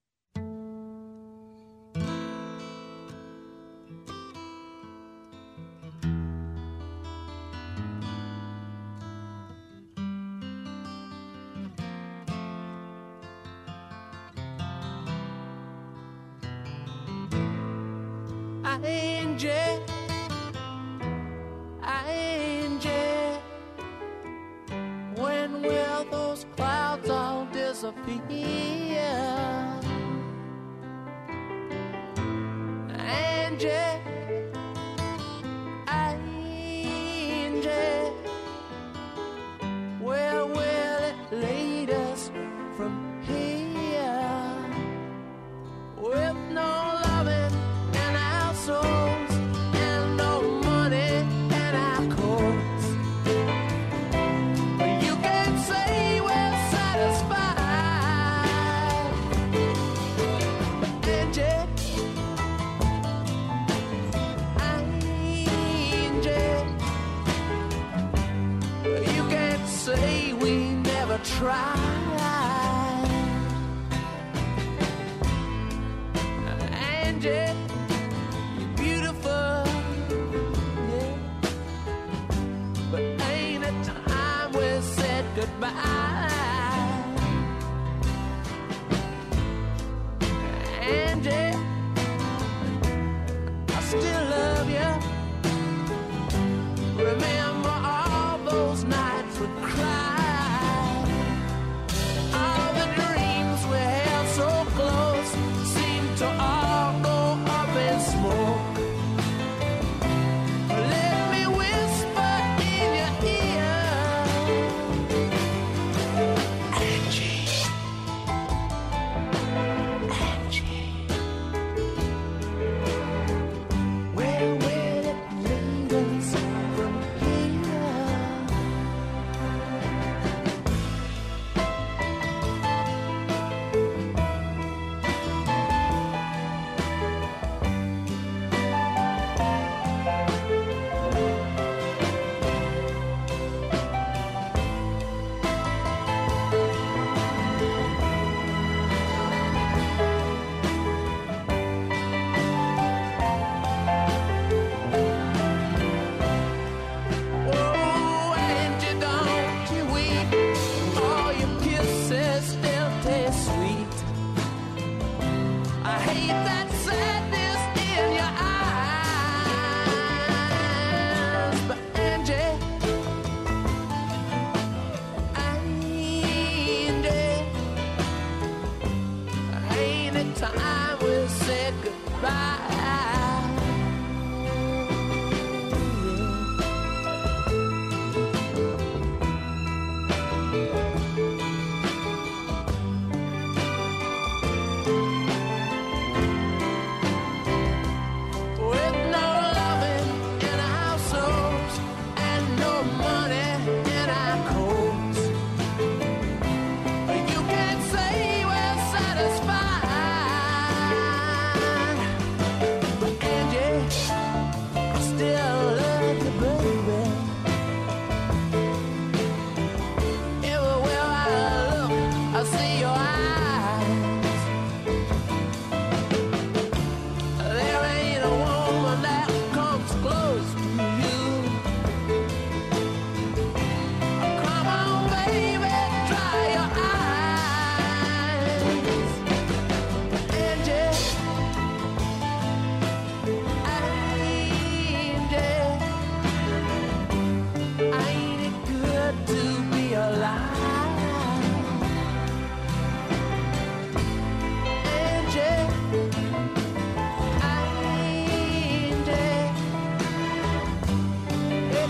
When will those clouds all disappear? Angie, Angie, where will it lead us from here? With no loving in our souls and no money in our coats, you can't say we're satisfied. Angie, Angie, you can't say we never tried. Angie, you're beautiful, yeah, but ain't it time we said goodbye? Angie, I still love you. Remember all those nights we cried. All the dreams we held so close seem to all go up in smoke. Let me whisper in your ear,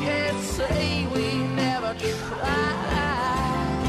can't say we never tried.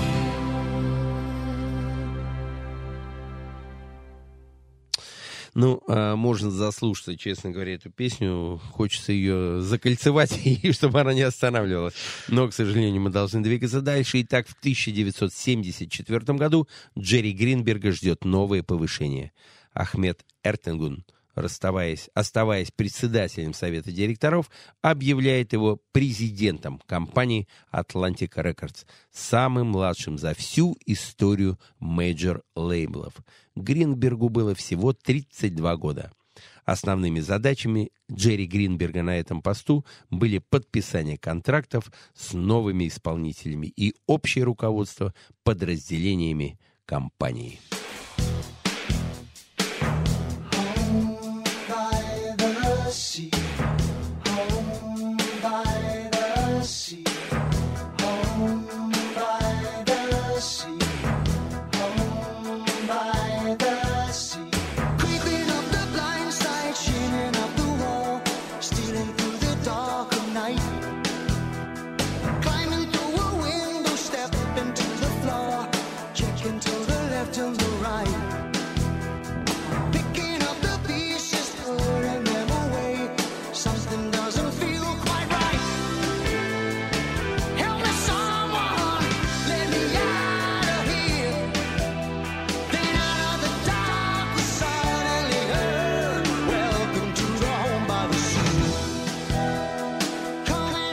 Ну, можно заслушаться, честно говоря, эту песню. Хочется ее закольцевать, и чтобы она не останавливалась. Но, к сожалению, мы должны двигаться дальше. Итак, в 1974 году Джерри Гринберга ждет новое повышение. Ахмед Эртенгун, оставаясь председателем Совета директоров, объявляет его президентом компании Atlantic Records, самым младшим за всю историю мейджор-лейблов. Гринбергу было всего 32 года. Основными задачами Джерри Гринберга на этом посту были подписание контрактов с новыми исполнителями и общее руководство подразделениями компании. Come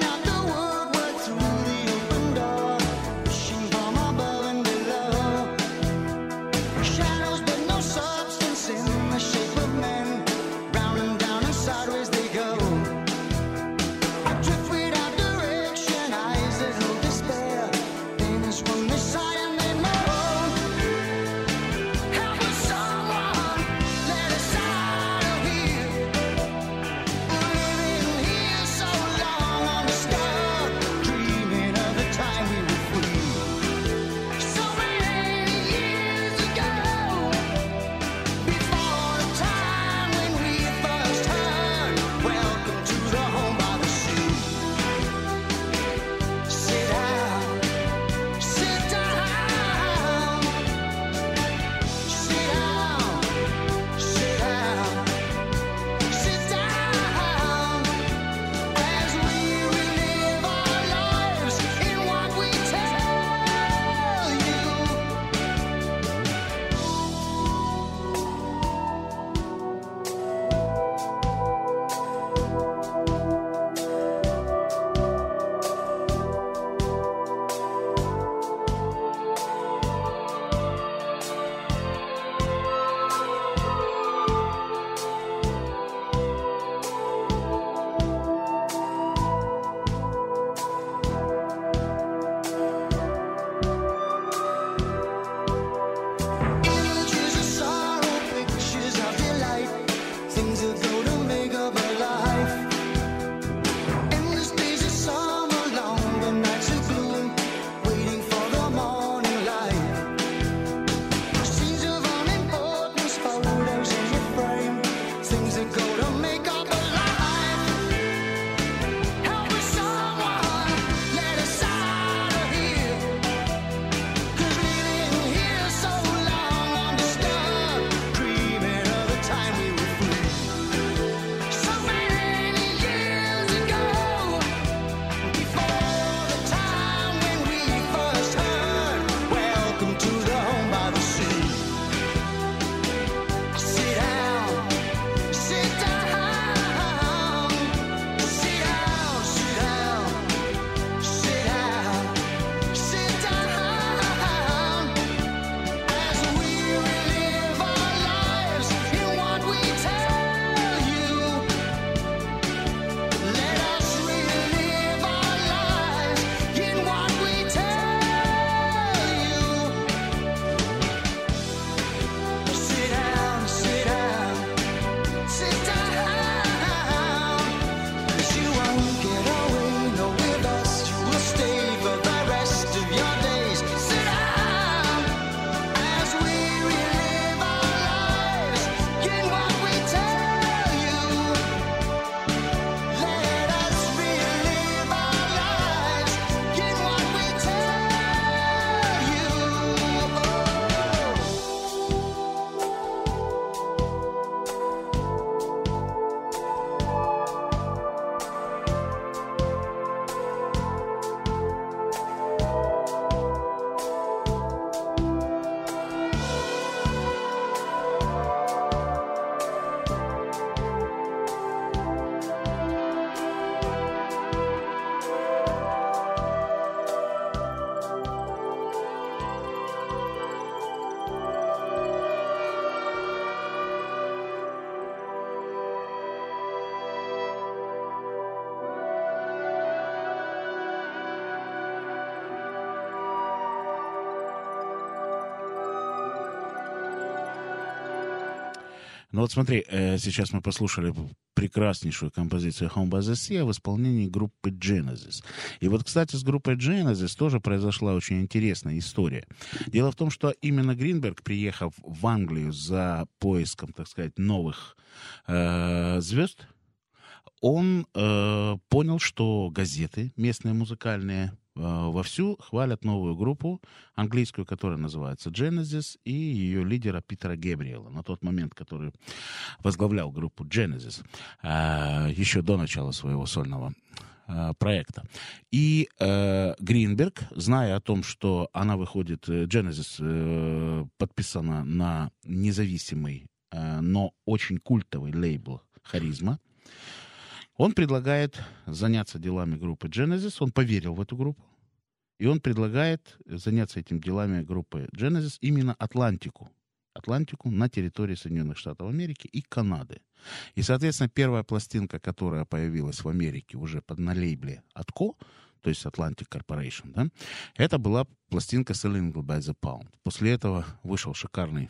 Ну вот смотри, сейчас мы послушали прекраснейшую композицию Home by the Sea в исполнении группы Genesis. И вот, кстати, с группой Genesis тоже произошла очень интересная история. Дело в том, что именно Гринберг, приехав в Англию за поиском, так сказать, новых звезд, он понял, что газеты местные музыкальные вовсю хвалят новую группу английскую, которая называется Genesis, и ее лидера Питера Гэбриэла, на тот момент, который возглавлял группу Genesis еще до начала своего сольного проекта. И Гринберг, зная о том, что она выходит, Genesis подписана на независимый, но очень культовый лейбл «Харизма», он предлагает заняться делами группы Genesis, он поверил в эту группу, и он предлагает заняться этим делами группы Genesis именно Атлантику на территории Соединенных Штатов Америки и Канады. И, соответственно, первая пластинка, которая появилась в Америке уже на лейбле Atco, то есть Atlantic Corporation, да, это была пластинка Selling by the Pound. После этого вышел шикарный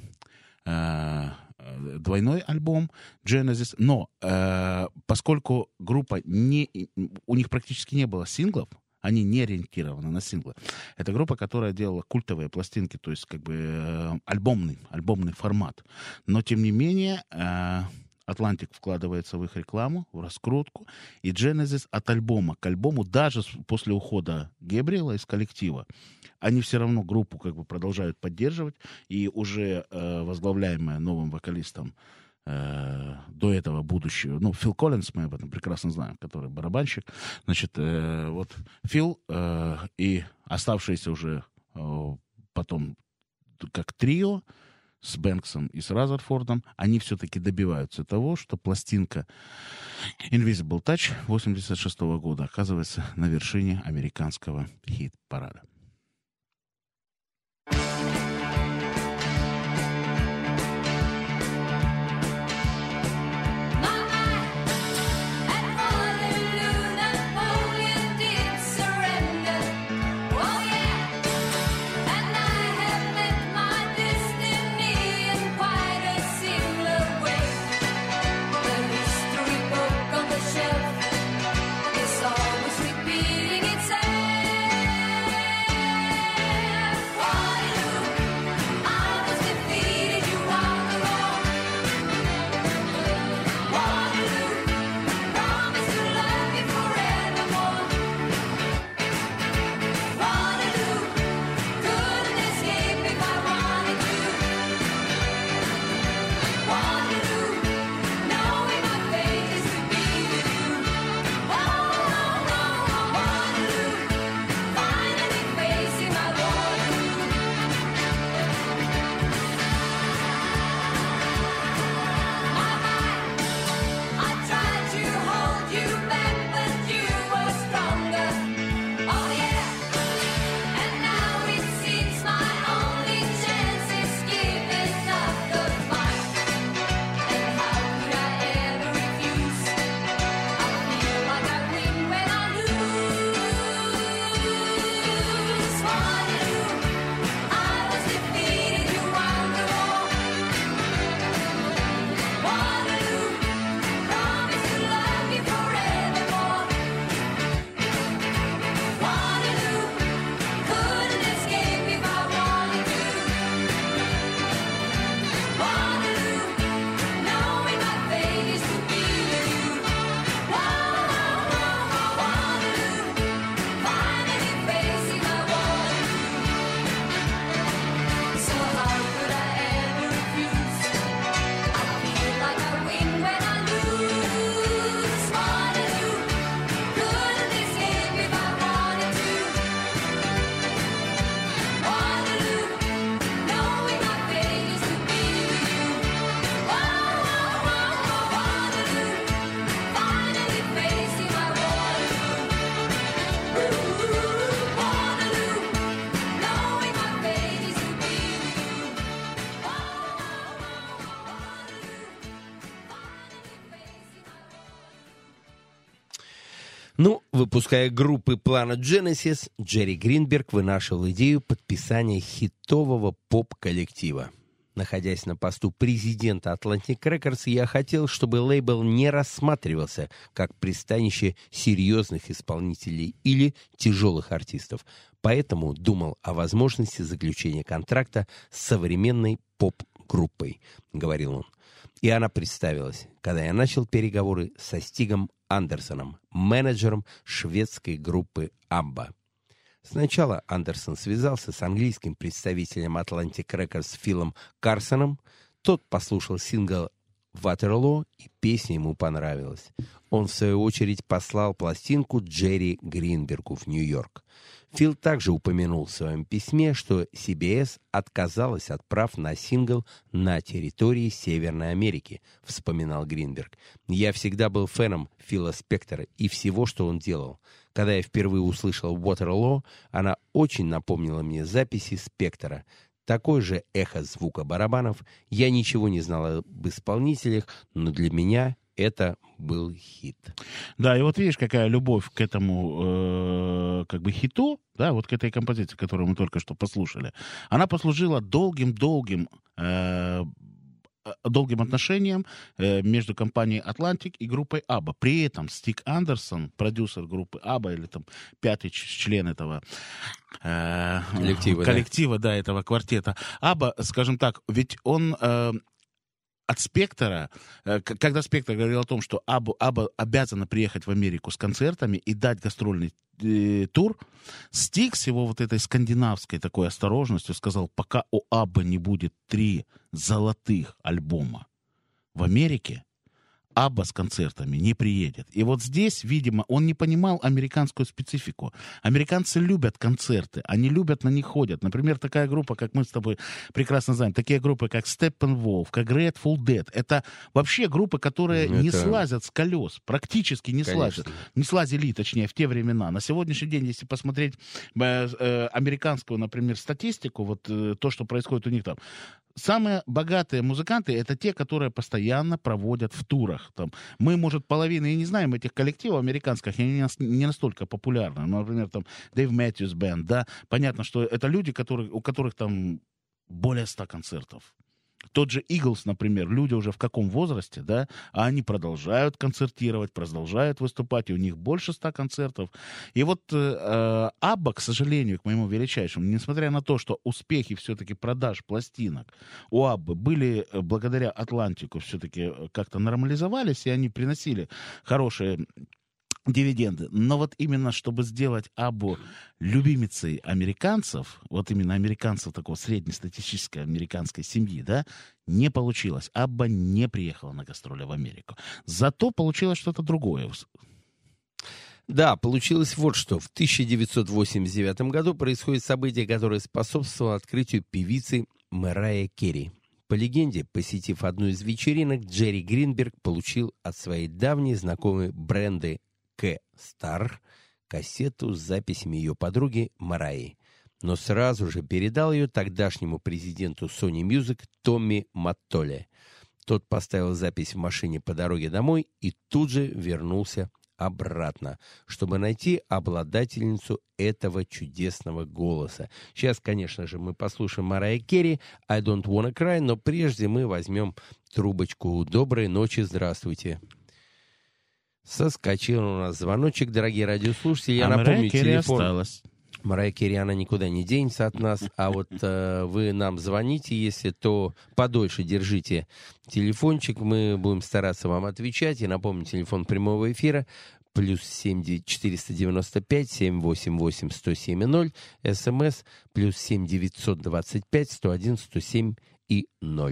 двойной альбом Genesis, но поскольку группа у них практически не было синглов, они не ориентированы на синглы. Это группа, которая делала культовые пластинки, то есть как бы альбомный формат. Но тем не менее Atlantic вкладывается в их рекламу, в раскрутку, и Genesis от альбома к альбому, даже после ухода Гэбриэла из коллектива, они все равно группу как бы продолжают поддерживать, и уже возглавляемая новым вокалистом до этого будущего, Фил Коллинз, мы об этом прекрасно знаем, который барабанщик, значит, вот Фил и оставшиеся уже потом как трио с Бэнксом и с Разерфордом, они все-таки добиваются того, что пластинка Invisible Touch 1986 года оказывается на вершине американского хит-парада. Выпуская группы плана Genesis, Джерри Гринберг вынашивал идею подписания хитового поп-коллектива. Находясь на посту президента Atlantic Records, я хотел, чтобы лейбл не рассматривался как пристанище серьезных исполнителей или тяжелых артистов. Поэтому думал о возможности заключения контракта с современной поп-группой, говорил он. И она представилась, когда я начал переговоры со Стигом Андерсоном, менеджером шведской группы ABBA. Сначала Андерсон связался с английским представителем Atlantic Records Филом Карсоном. Тот послушал сингл «Waterloo», и песня ему понравилась. Он, в свою очередь, послал пластинку Джерри Гринбергу в Нью-Йорк. Фил также упомянул в своем письме, что CBS отказалась от прав на сингл на территории Северной Америки, вспоминал Гринберг. «Я всегда был фэном Фила Спектора и всего, что он делал. Когда я впервые услышал Waterloo, она очень напомнила мне записи Спектора. Такое же эхо звука барабанов. Я ничего не знал об исполнителях, но для меня это был хит». Да, и вот видишь, какая любовь к этому как бы хиту, да, вот к этой композиции, которую мы только что послушали. Она послужила долгим отношениям между компанией Atlantic и группой ABBA. При этом Стиг Андерсон, продюсер группы ABBA, или там пятый член этого коллектива, да, этого квартета ABBA, скажем так, ведь он от Спектора, когда Спектор говорил о том, что ABBA обязана приехать в Америку с концертами и дать гастрольный тур, Стиг с его вот этой скандинавской такой осторожностью сказал: пока у ABBA не будет 3 золотых альбома в Америке, ABBA с концертами не приедет. И вот здесь, видимо, он не понимал американскую специфику. Американцы любят концерты, они любят, на них ходят. Например, такая группа, как мы с тобой прекрасно знаем, такие группы, как Steppenwolf, как Grateful Dead, это вообще группы, которые не слазят с колес, практически не слазят. Не слазили, точнее, в те времена. На сегодняшний день, если посмотреть американскую, например, статистику, вот то, что происходит у них там, самые богатые музыканты — это те, которые постоянно проводят в турах. Там, мы, может, половины и не знаем этих коллективов американских, они не настолько популярны. Например, там Дэйв Мэтьюс Бэнд, да. Понятно, что это люди, у которых там более 100 концертов. Тот же Eagles, например, люди уже в каком возрасте, да, а они продолжают концертировать, продолжают выступать, и у них больше 100 концертов. И вот ABBA, к сожалению, к моему величайшему, несмотря на то, что успехи все-таки продаж пластинок у ABBA были благодаря Атлантику все-таки как-то нормализовались, и они приносили хорошие дивиденды. Но вот именно, чтобы сделать ABBA любимицей американцев, вот именно американцев такого среднестатистической американской семьи, да, не получилось. ABBA не приехала на гастроли в Америку. Зато получилось что-то другое. Да, получилось вот что. В 1989 году происходит событие, которое способствовало открытию певицы Мэрайи Керри. По легенде, посетив одну из вечеринок, Джерри Гринберг получил от своей давней знакомой Бренды К-Стар кассету с записями ее подруги Мэрайи, но сразу же передал ее тогдашнему президенту Sony Music Томми Маттоле. Тот поставил запись в машине по дороге домой и тут же вернулся обратно, чтобы найти обладательницу этого чудесного голоса. Сейчас, конечно же, мы послушаем Мэрайи Керри «I Don't Wanna Cry», но прежде мы возьмем трубочку. Доброй ночи, здравствуйте. Соскочил у нас звоночек, дорогие радиослушатели. Я напомню, телефон осталась. Мэрайи Керри, она никуда не денется от нас. А вот вы нам звоните, если то подольше держите телефончик. Мы будем стараться вам отвечать. И напомню, телефон прямого эфира +7 495 788 107 0. СМС +7 925 101 107 0.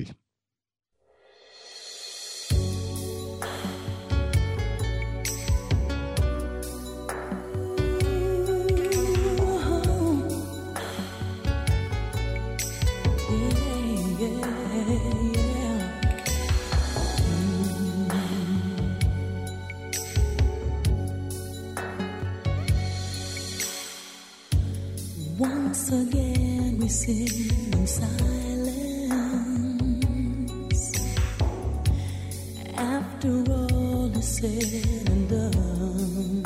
Once again we sit in silence. After all is said and done,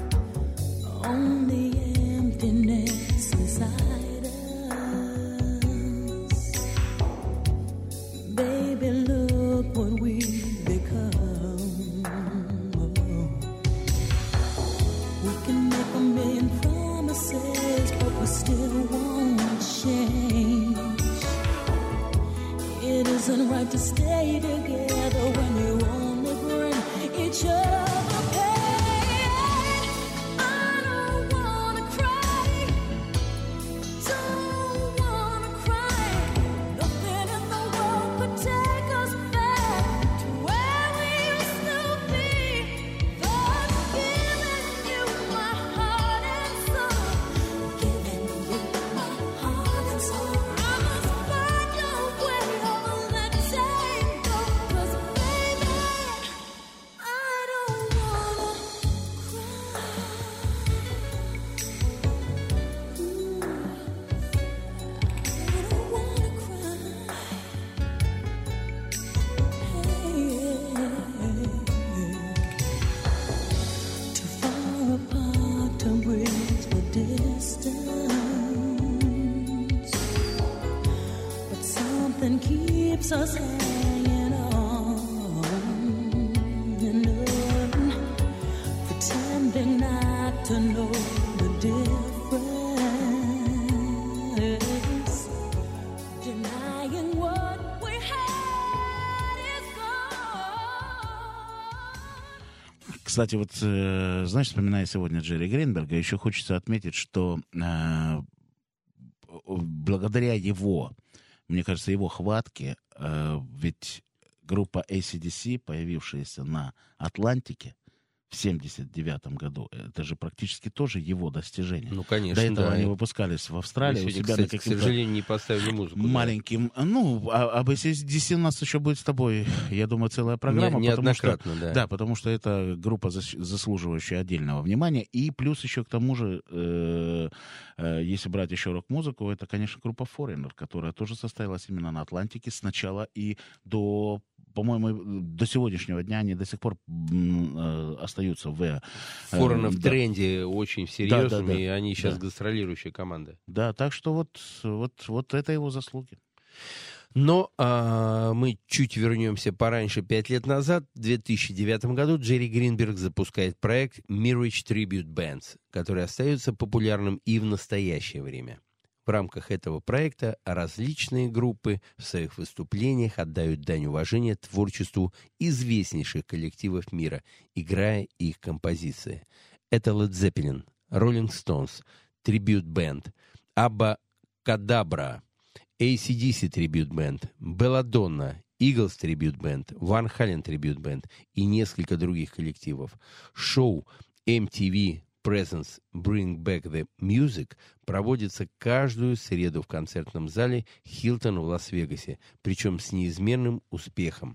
only emptiness inside us. stay together when you only bring each other pain. I don't wanna cry, don't wanna cry. Nothing in the world could take us back to where we used to be. Thought giving you my heart and soul, giving you my heart and soul. I must find your way over that tango, 'cause baby, I don't wanna cry. I don't wanna cry. Too far apart to bridge the distance, but something keeps us hanging on and on, pretending not to know the difference, denying what we had is gone. Кстати, вот, знаешь, вспоминая сегодня Джерри Гринберга, еще хочется отметить, что благодаря его, мне кажется, его хватке, ведь группа AC/DC, появившаяся на Атлантике в 1979 году, это же практически тоже его достижение. Ну, конечно, До этого да. они выпускались в Мы Австралии у сегодня, себя кстати, на к каких-то сожалению, не поставили музыку. да. маленьким. Ну, об AC/DC у нас еще будет с тобой, я думаю, целая программа. Неоднократно, да. Да, потому что это группа, заслуживающая отдельного внимания. И плюс еще к тому же, если брать еще рок-музыку, это, конечно, группа Foreigner, которая тоже состоялась именно на Атлантике сначала и до, по-моему, до сегодняшнего дня они до сих пор остаются в... Foreigner в да. тренде очень серьезными, да. и они сейчас Да. гастролирующая команда. Да, так что вот это его заслуги. Но мы чуть вернемся пораньше, 5 лет назад. В 2009 году Джерри Гринберг запускает проект Mirage Tribute Bands, который остается популярным и в настоящее время. В рамках этого проекта различные группы в своих выступлениях отдают дань уважения творчеству известнейших коллективов мира, играя их композиции. Это Led Zeppelin, Rolling Stones, Tribute Band, Abba Kadabra, AC/DC Tribute Band, Belladonna, Eagles Tribute Band, Van Halen Tribute Band и несколько других коллективов. Шоу MTV Presents Bring Back the Music проводится каждую среду в концертном зале Хилтон в Лас-Вегасе, причем с неизменным успехом.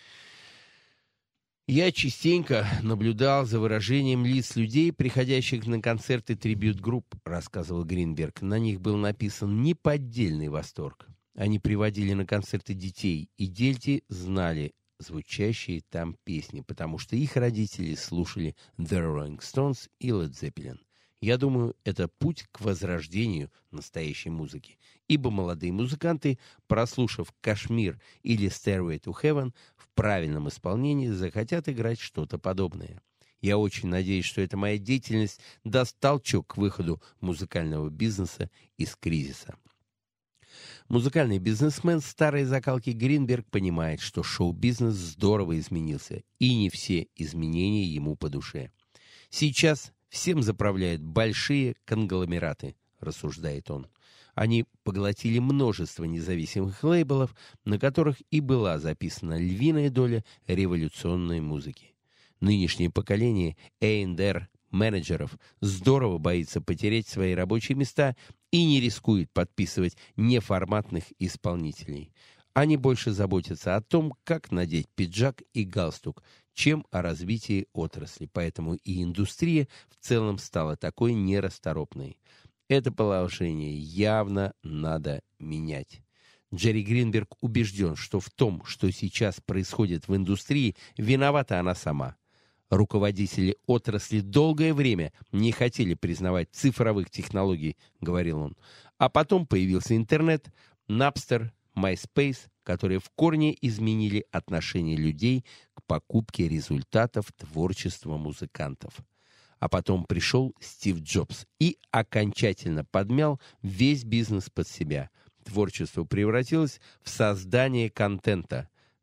Я частенько наблюдал за выражением лиц людей, приходящих на концерты трибьют-групп, рассказывал Гринберг. На них был написан неподдельный восторг. Они приводили на концерты детей, и дети знали звучащие там песни, потому что их родители слушали The Rolling Stones и Led Zeppelin. Я думаю, это путь к возрождению настоящей музыки, ибо молодые музыканты, прослушав «Кашмир» или «Stairway to Heaven» в правильном исполнении, захотят играть что-то подобное. Я очень надеюсь, что эта моя деятельность даст толчок к выходу музыкального бизнеса из кризиса. Музыкальный бизнесмен старой закалки Гринберг понимает, что шоу-бизнес здорово изменился, и не все изменения ему по душе. Сейчас всем заправляют большие конгломераты, рассуждает он. Они поглотили множество независимых лейблов, на которых и была записана львиная доля революционной музыки. Нынешнее поколение A&R менеджеров здорово боится потерять свои рабочие места и не рискует подписывать неформатных исполнителей. Они больше заботятся о том, как надеть пиджак и галстук, чем о развитии отрасли, поэтому и индустрия в целом стала такой нерасторопной. Это положение явно надо менять. Джерри Гринберг убежден, что в том, что сейчас происходит в индустрии, виновата она сама. Руководители отрасли долгое время не хотели признавать цифровых технологий, говорил он. А потом появился интернет, Napster, MySpace, которые в корне изменили отношение людей к покупке результатов творчества музыкантов. А потом пришел Стив Джобс и окончательно подмял весь бизнес под себя. Творчество превратилось в создание контента.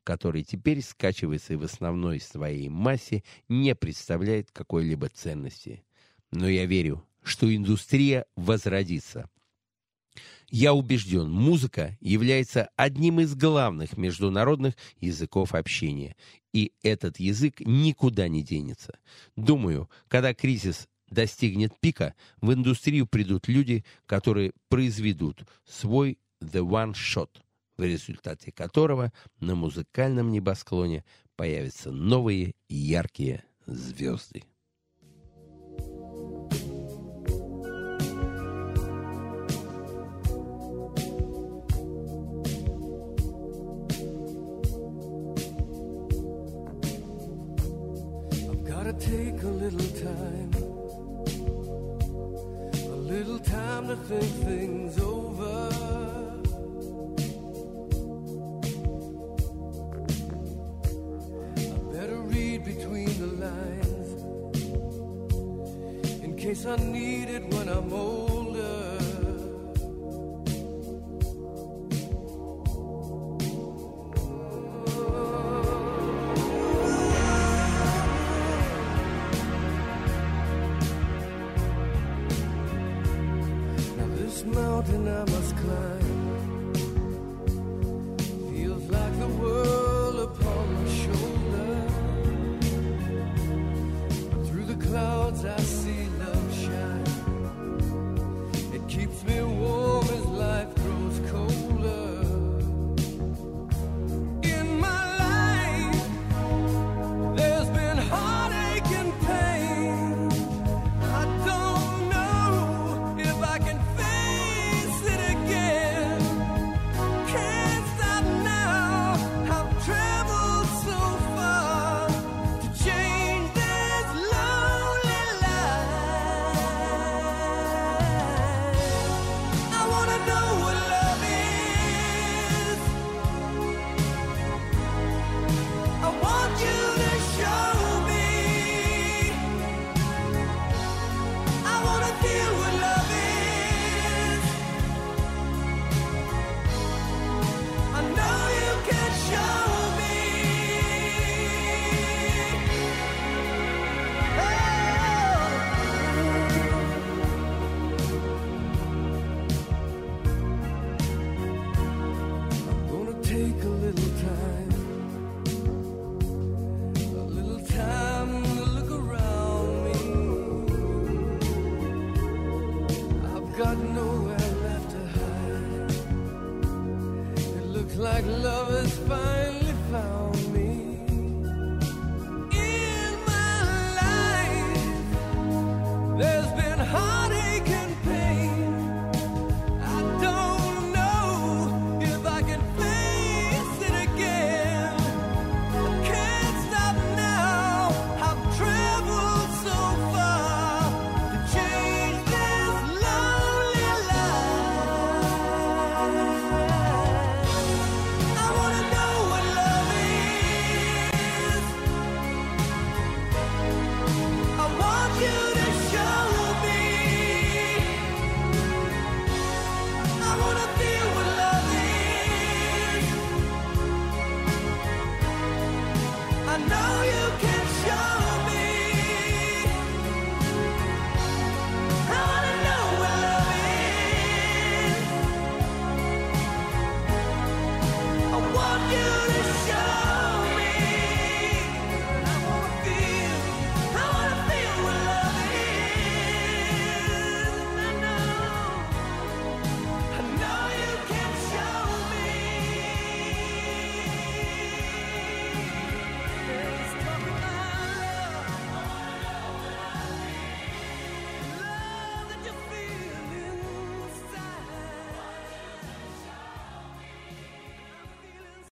который теперь скачивается в основной своей массе, не представляет какой-либо ценности. Но я верю, что индустрия возродится. Я убежден, музыка является одним из главных международных языков общения, и этот язык никуда не денется. Думаю, когда кризис достигнет пика, в индустрию придут люди, которые произведут свой «the one shot», в результате которого на музыкальном небосклоне появятся новые яркие звезды. Take a little time to think things over. I better read between the lines in case I need it when I'm older. Mountain I must climb feels like the world upon my shoulder. But through the clouds I see love shine. It keeps me warm as life grows colder. In my life there's been heartache and pain. I don't know if I can like love is fine.